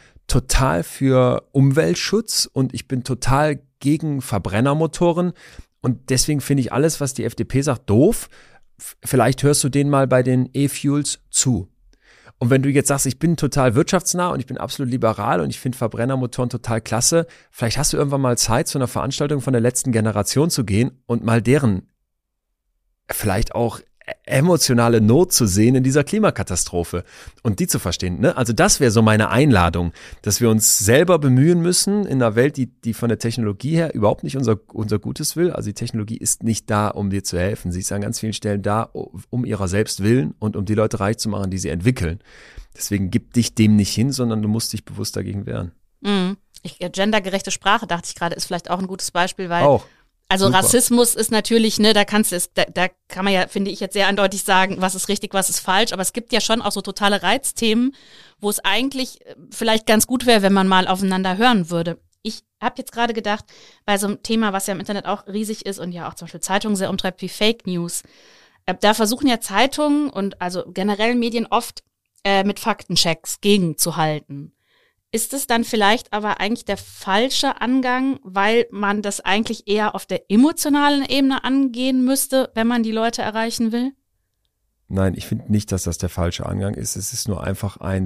für Umweltschutz und ich bin total gegen Verbrennermotoren und deswegen finde ich alles, was die FDP sagt, doof. Vielleicht hörst du denen mal bei den E-Fuels zu. Und wenn du jetzt sagst, ich bin total wirtschaftsnah und ich bin absolut liberal und ich finde Verbrennermotoren total klasse, vielleicht hast du irgendwann mal Zeit, zu einer Veranstaltung von der letzten Generation zu gehen und mal deren vielleicht auch emotionale Not zu sehen in dieser Klimakatastrophe und die zu verstehen. Ne? Also das wäre so meine Einladung, dass wir uns selber bemühen müssen in einer Welt, die von der Technologie her überhaupt nicht unser Gutes will. Also die Technologie ist nicht da, um dir zu helfen. Sie ist an ganz vielen Stellen da, um ihrer selbst willen und um die Leute reich zu machen, die sie entwickeln. Deswegen gib dich dem nicht hin, sondern du musst dich bewusst dagegen wehren. Gendergerechte Sprache, dachte ich gerade, ist vielleicht auch ein gutes Beispiel, weil auch. Also super. Rassismus ist natürlich, ne, da kann man ja, finde ich, jetzt sehr eindeutig sagen, was ist richtig, was ist falsch, aber es gibt ja schon auch so totale Reizthemen, wo es eigentlich vielleicht ganz gut wäre, wenn man mal aufeinander hören würde. Ich habe jetzt gerade gedacht, bei so einem Thema, was ja im Internet auch riesig ist und ja auch zum Beispiel Zeitungen sehr umtreibt, wie Fake News, da versuchen ja Zeitungen und also generell Medien oft mit Faktenchecks gegenzuhalten. Ist es dann vielleicht aber eigentlich der falsche Angang, weil man das eigentlich eher auf der emotionalen Ebene angehen müsste, wenn man die Leute erreichen will? Nein, ich finde nicht, dass das der falsche Angang ist. Es ist nur einfach ein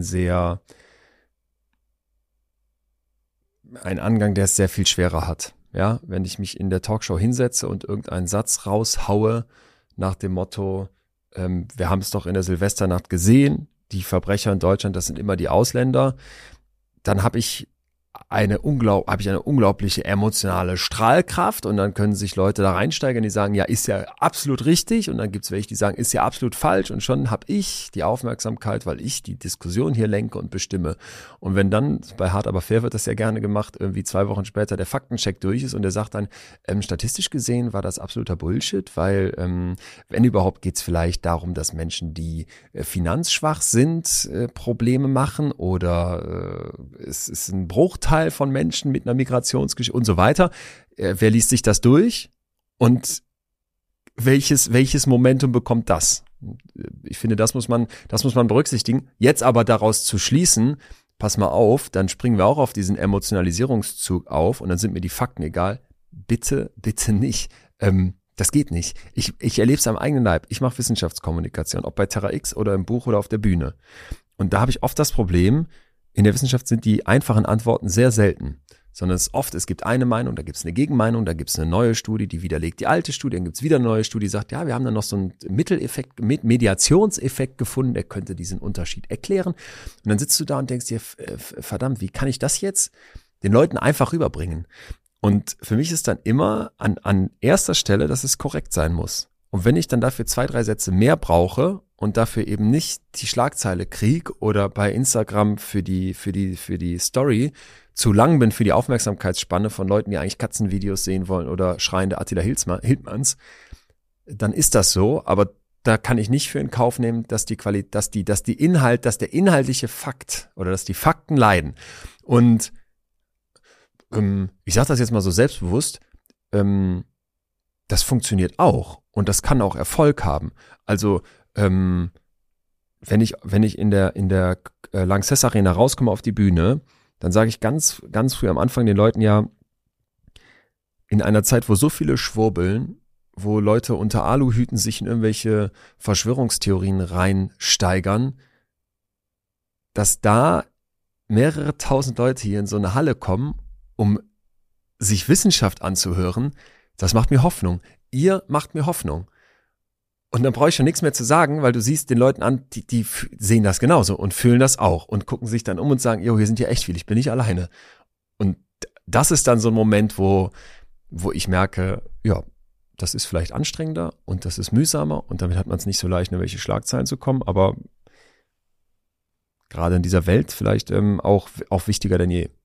Angang, der es sehr viel schwerer hat. Ja, wenn ich mich in der Talkshow hinsetze und irgendeinen Satz raushaue nach dem Motto, wir haben es doch in der Silvesternacht gesehen, die Verbrecher in Deutschland, das sind immer die Ausländer, dann habe ich eine unglaubliche emotionale Strahlkraft und dann können sich Leute da reinsteigern, die sagen, ja, ist ja absolut richtig und dann gibt's welche, die sagen, ist ja absolut falsch und schon habe ich die Aufmerksamkeit, weil ich die Diskussion hier lenke und bestimme. Und wenn dann, bei Hart aber fair wird das ja gerne gemacht, irgendwie 2 Wochen später der Faktencheck durch ist und der sagt dann, statistisch gesehen war das absoluter Bullshit, weil wenn überhaupt geht's vielleicht darum, dass Menschen, die finanzschwach sind, Probleme machen oder es ist ein Bruchteil von Menschen mit einer Migrationsgeschichte und so weiter. Wer liest sich das durch? Und welches Momentum bekommt das? Ich finde, das muss man berücksichtigen. Jetzt aber daraus zu schließen, pass mal auf, dann springen wir auch auf diesen Emotionalisierungszug auf und dann sind mir die Fakten egal. Bitte nicht. Das geht nicht. Ich erlebe es am eigenen Leib. Ich mache Wissenschaftskommunikation, ob bei Terra X oder im Buch oder auf der Bühne. Und da habe ich oft das Problem, in der Wissenschaft sind die einfachen Antworten sehr selten, sondern es gibt eine Meinung, da gibt es eine Gegenmeinung, da gibt es eine neue Studie, die widerlegt die alte Studie, dann gibt es wieder eine neue Studie, die sagt, ja, wir haben dann noch so einen Mediationseffekt gefunden, der könnte diesen Unterschied erklären. Und dann sitzt du da und denkst dir, verdammt, wie kann ich das jetzt den Leuten einfach rüberbringen? Und für mich ist dann immer an erster Stelle, dass es korrekt sein muss. Und wenn ich dann dafür 2, 3 Sätze mehr brauche und dafür eben nicht die Schlagzeile Krieg oder bei Instagram für die Story zu lang bin für die Aufmerksamkeitsspanne von Leuten, die eigentlich Katzenvideos sehen wollen oder schreiende Attila Hildmanns, dann ist das so, aber da kann ich nicht für in Kauf nehmen, dass der inhaltliche Fakt oder dass die Fakten leiden. Und ich sage das jetzt mal so selbstbewusst, das funktioniert auch und das kann auch Erfolg haben. Also wenn ich in der Lanxess Arena rauskomme auf die Bühne, dann sage ich ganz früh am Anfang den Leuten ja, in einer Zeit, wo so viele schwurbeln, wo Leute unter Aluhüten sich in irgendwelche Verschwörungstheorien reinsteigern, dass da mehrere tausend Leute hier in so eine Halle kommen, um sich Wissenschaft anzuhören, das macht mir Hoffnung. Ihr macht mir Hoffnung. Und dann brauche ich schon nichts mehr zu sagen, weil du siehst den Leuten an, die sehen das genauso und fühlen das auch und gucken sich dann um und sagen, jo, hier sind ja echt viele, ich bin nicht alleine. Und das ist dann so ein Moment, wo ich merke, ja, das ist vielleicht anstrengender und das ist mühsamer und damit hat man es nicht so leicht, in welche Schlagzeilen zu kommen, aber gerade in dieser Welt vielleicht auch wichtiger denn je.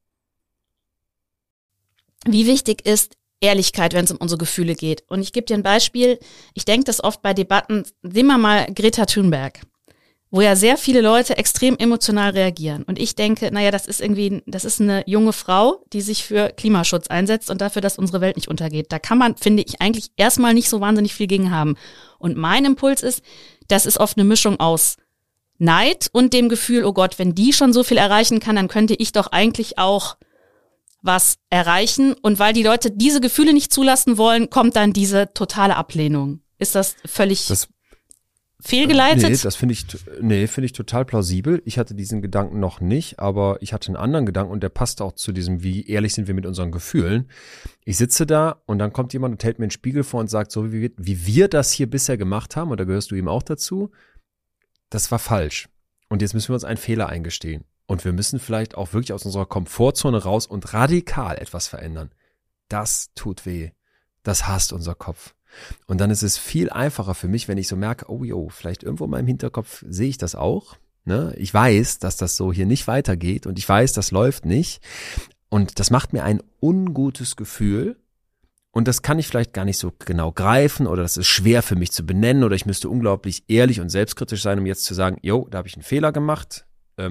Wie wichtig ist Ehrlichkeit, wenn es um unsere Gefühle geht? Und ich gebe dir ein Beispiel. Ich denke das oft bei Debatten, nehmen wir mal Greta Thunberg, wo ja sehr viele Leute extrem emotional reagieren. Und ich denke, naja, das ist eine junge Frau, die sich für Klimaschutz einsetzt und dafür, dass unsere Welt nicht untergeht. Da kann man, finde ich, eigentlich erstmal nicht so wahnsinnig viel gegen haben. Und mein Impuls ist, das ist oft eine Mischung aus Neid und dem Gefühl, oh Gott, wenn die schon so viel erreichen kann, dann könnte ich doch eigentlich auch was erreichen. Und weil die Leute diese Gefühle nicht zulassen wollen, kommt dann diese totale Ablehnung. Ist das völlig fehlgeleitet? Nee, finde ich total plausibel. Ich hatte diesen Gedanken noch nicht, aber ich hatte einen anderen Gedanken und der passt auch zu diesem, wie ehrlich sind wir mit unseren Gefühlen. Ich sitze da und dann kommt jemand und hält mir einen Spiegel vor und sagt, so wie wir das hier bisher gemacht haben, und da gehörst du ihm auch dazu, das war falsch. Und jetzt müssen wir uns einen Fehler eingestehen. Und wir müssen vielleicht auch wirklich aus unserer Komfortzone raus und radikal etwas verändern. Das tut weh. Das hasst unser Kopf. Und dann ist es viel einfacher für mich, wenn ich so merke, oh, vielleicht irgendwo in meinem Hinterkopf sehe ich das auch. Ne? Ich weiß, dass das so hier nicht weitergeht und ich weiß, das läuft nicht. Und das macht mir ein ungutes Gefühl. Und das kann ich vielleicht gar nicht so genau greifen oder das ist schwer für mich zu benennen oder ich müsste unglaublich ehrlich und selbstkritisch sein, um jetzt zu sagen, da habe ich einen Fehler gemacht.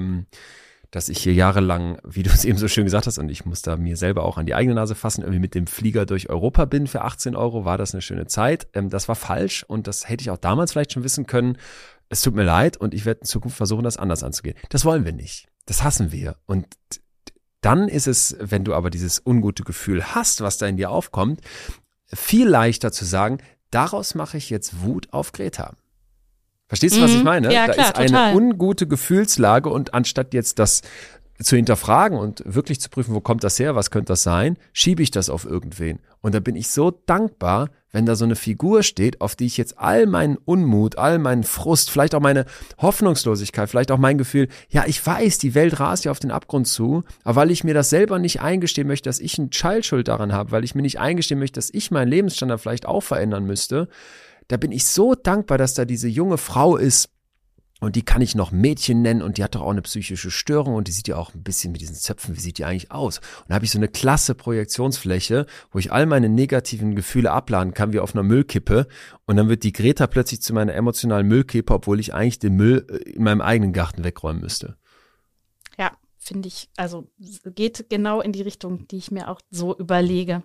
Dass ich hier jahrelang, wie du es eben so schön gesagt hast, und ich muss da mir selber auch an die eigene Nase fassen, irgendwie mit dem Flieger durch Europa bin für 18 €, war das eine schöne Zeit. Das war falsch und das hätte ich auch damals vielleicht schon wissen können. Es tut mir leid und ich werde in Zukunft versuchen, das anders anzugehen. Das wollen wir nicht. Das hassen wir. Und dann ist es, wenn du aber dieses ungute Gefühl hast, was da in dir aufkommt, viel leichter zu sagen, daraus mache ich jetzt Wut auf Greta. Verstehst du, was ich meine? Ja, da klar, ist eine total. ungute Gefühlslage und anstatt jetzt das zu hinterfragen und wirklich zu prüfen, wo kommt das her, was könnte das sein, schiebe ich das auf irgendwen. Und da bin ich so dankbar, wenn da so eine Figur steht, auf die ich jetzt all meinen Unmut, all meinen Frust, vielleicht auch meine Hoffnungslosigkeit, vielleicht auch mein Gefühl, ja, ich weiß, die Welt rast ja auf den Abgrund zu, aber weil ich mir das selber nicht eingestehen möchte, dass ich eine Teilschuld daran habe, weil ich mir nicht eingestehen möchte, dass ich meinen Lebensstandard vielleicht auch verändern müsste, da bin ich so dankbar, dass da diese junge Frau ist und die kann ich noch Mädchen nennen und die hat doch auch eine psychische Störung und die sieht ja auch ein bisschen mit diesen Zöpfen, wie sieht die eigentlich aus? Und da habe ich so eine klasse Projektionsfläche, wo ich all meine negativen Gefühle abladen kann, wie auf einer Müllkippe und dann wird die Greta plötzlich zu meiner emotionalen Müllkippe, obwohl ich eigentlich den Müll in meinem eigenen Garten wegräumen müsste. Ja, finde ich, also geht genau in die Richtung, die ich mir auch so überlege.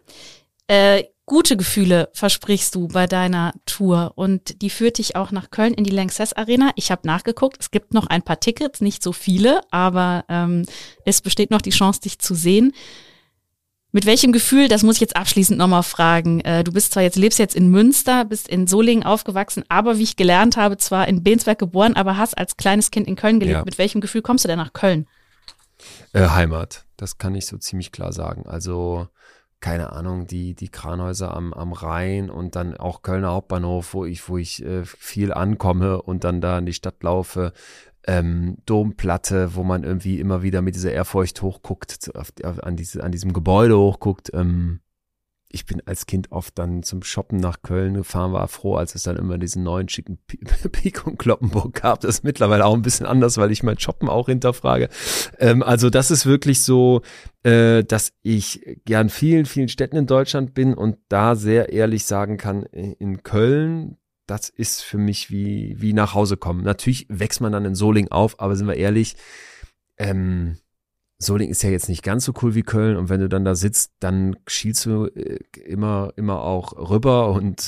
Gute Gefühle versprichst du bei deiner Tour und die führt dich auch nach Köln in die Lanxess Arena. Ich habe nachgeguckt, es gibt noch ein paar Tickets, nicht so viele, aber es besteht noch die Chance, dich zu sehen. Mit welchem Gefühl, das muss ich jetzt abschließend nochmal fragen, du lebst jetzt in Münster, bist in Solingen aufgewachsen, aber wie ich gelernt habe, zwar in Bensberg geboren, aber hast als kleines Kind in Köln gelebt. Ja. Mit welchem Gefühl kommst du denn nach Köln? Heimat, das kann ich so ziemlich klar sagen. Also keine Ahnung, die Kranhäuser am Rhein und dann auch Kölner Hauptbahnhof, wo ich viel ankomme und dann da in die Stadt laufe, Domplatte, wo man irgendwie immer wieder mit dieser Ehrfurcht hochguckt, an diesem Gebäude hochguckt. Ich bin als Kind oft dann zum Shoppen nach Köln gefahren, war froh, als es dann immer diesen neuen schicken Pik und Cloppenburg gab. Das ist mittlerweile auch ein bisschen anders, weil ich mein Shoppen auch hinterfrage. Also das ist wirklich so, dass ich ja in vielen, vielen Städten in Deutschland bin und da sehr ehrlich sagen kann, in Köln, das ist für mich wie nach Hause kommen. Natürlich wächst man dann in Solingen auf, aber sind wir ehrlich, Solingen ist ja jetzt nicht ganz so cool wie Köln und wenn du dann da sitzt, dann schielst du immer auch rüber und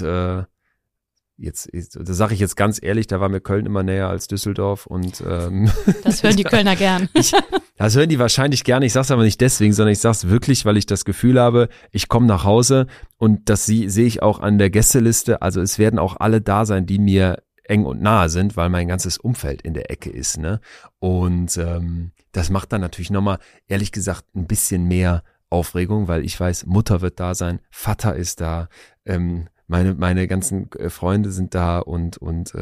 das sage ich jetzt ganz ehrlich, da war mir Köln immer näher als Düsseldorf und das hören die Kölner gern. Das hören die wahrscheinlich gerne, ich sage es aber nicht deswegen, sondern ich sage es wirklich, weil ich das Gefühl habe, ich komme nach Hause und das sehe ich auch an der Gästeliste, also es werden auch alle da sein, die mir eng und nahe sind, weil mein ganzes Umfeld in der Ecke ist, ne? Und das macht dann natürlich nochmal, ehrlich gesagt, ein bisschen mehr Aufregung, weil ich weiß, Mutter wird da sein, Vater ist da, meine ganzen Freunde sind da und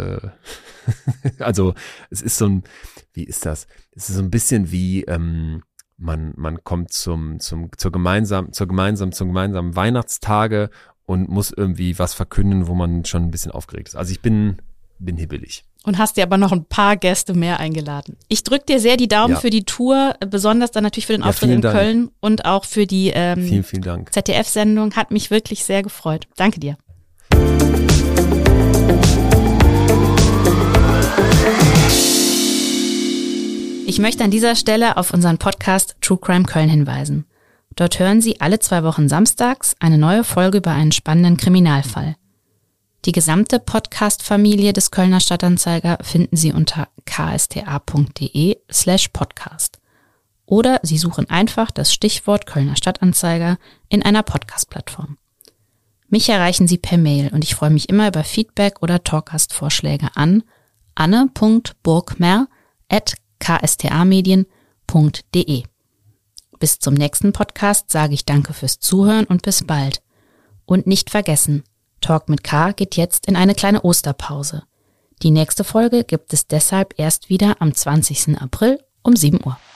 also es ist so ein, wie ist das? Es ist so ein bisschen wie man kommt zum gemeinsamen Weihnachtstage und muss irgendwie was verkünden, wo man schon ein bisschen aufgeregt ist. Also ich bin bin hibbelig. Und hast dir aber noch ein paar Gäste mehr eingeladen. Ich drücke dir sehr die Daumen für die Tour, besonders dann natürlich für den Auftritt in Köln und auch für die vielen Dank. ZDF-Sendung. Hat mich wirklich sehr gefreut. Danke dir. Ich möchte an dieser Stelle auf unseren Podcast True Crime Köln hinweisen. Dort hören Sie alle 2 Wochen samstags eine neue Folge über einen spannenden Kriminalfall. Die gesamte Podcast-Familie des Kölner Stadtanzeiger finden Sie unter ksta.de/podcast. Oder Sie suchen einfach das Stichwort Kölner Stadtanzeiger in einer Podcast-Plattform. Mich erreichen Sie per Mail und ich freue mich immer über Feedback oder Talkgast-Vorschläge an anne.burgmer@ksta-medien.de. Bis zum nächsten Podcast sage ich Danke fürs Zuhören und bis bald. Und nicht vergessen, Talk mit K geht jetzt in eine kleine Osterpause. Die nächste Folge gibt es deshalb erst wieder am 20. April um 7 Uhr.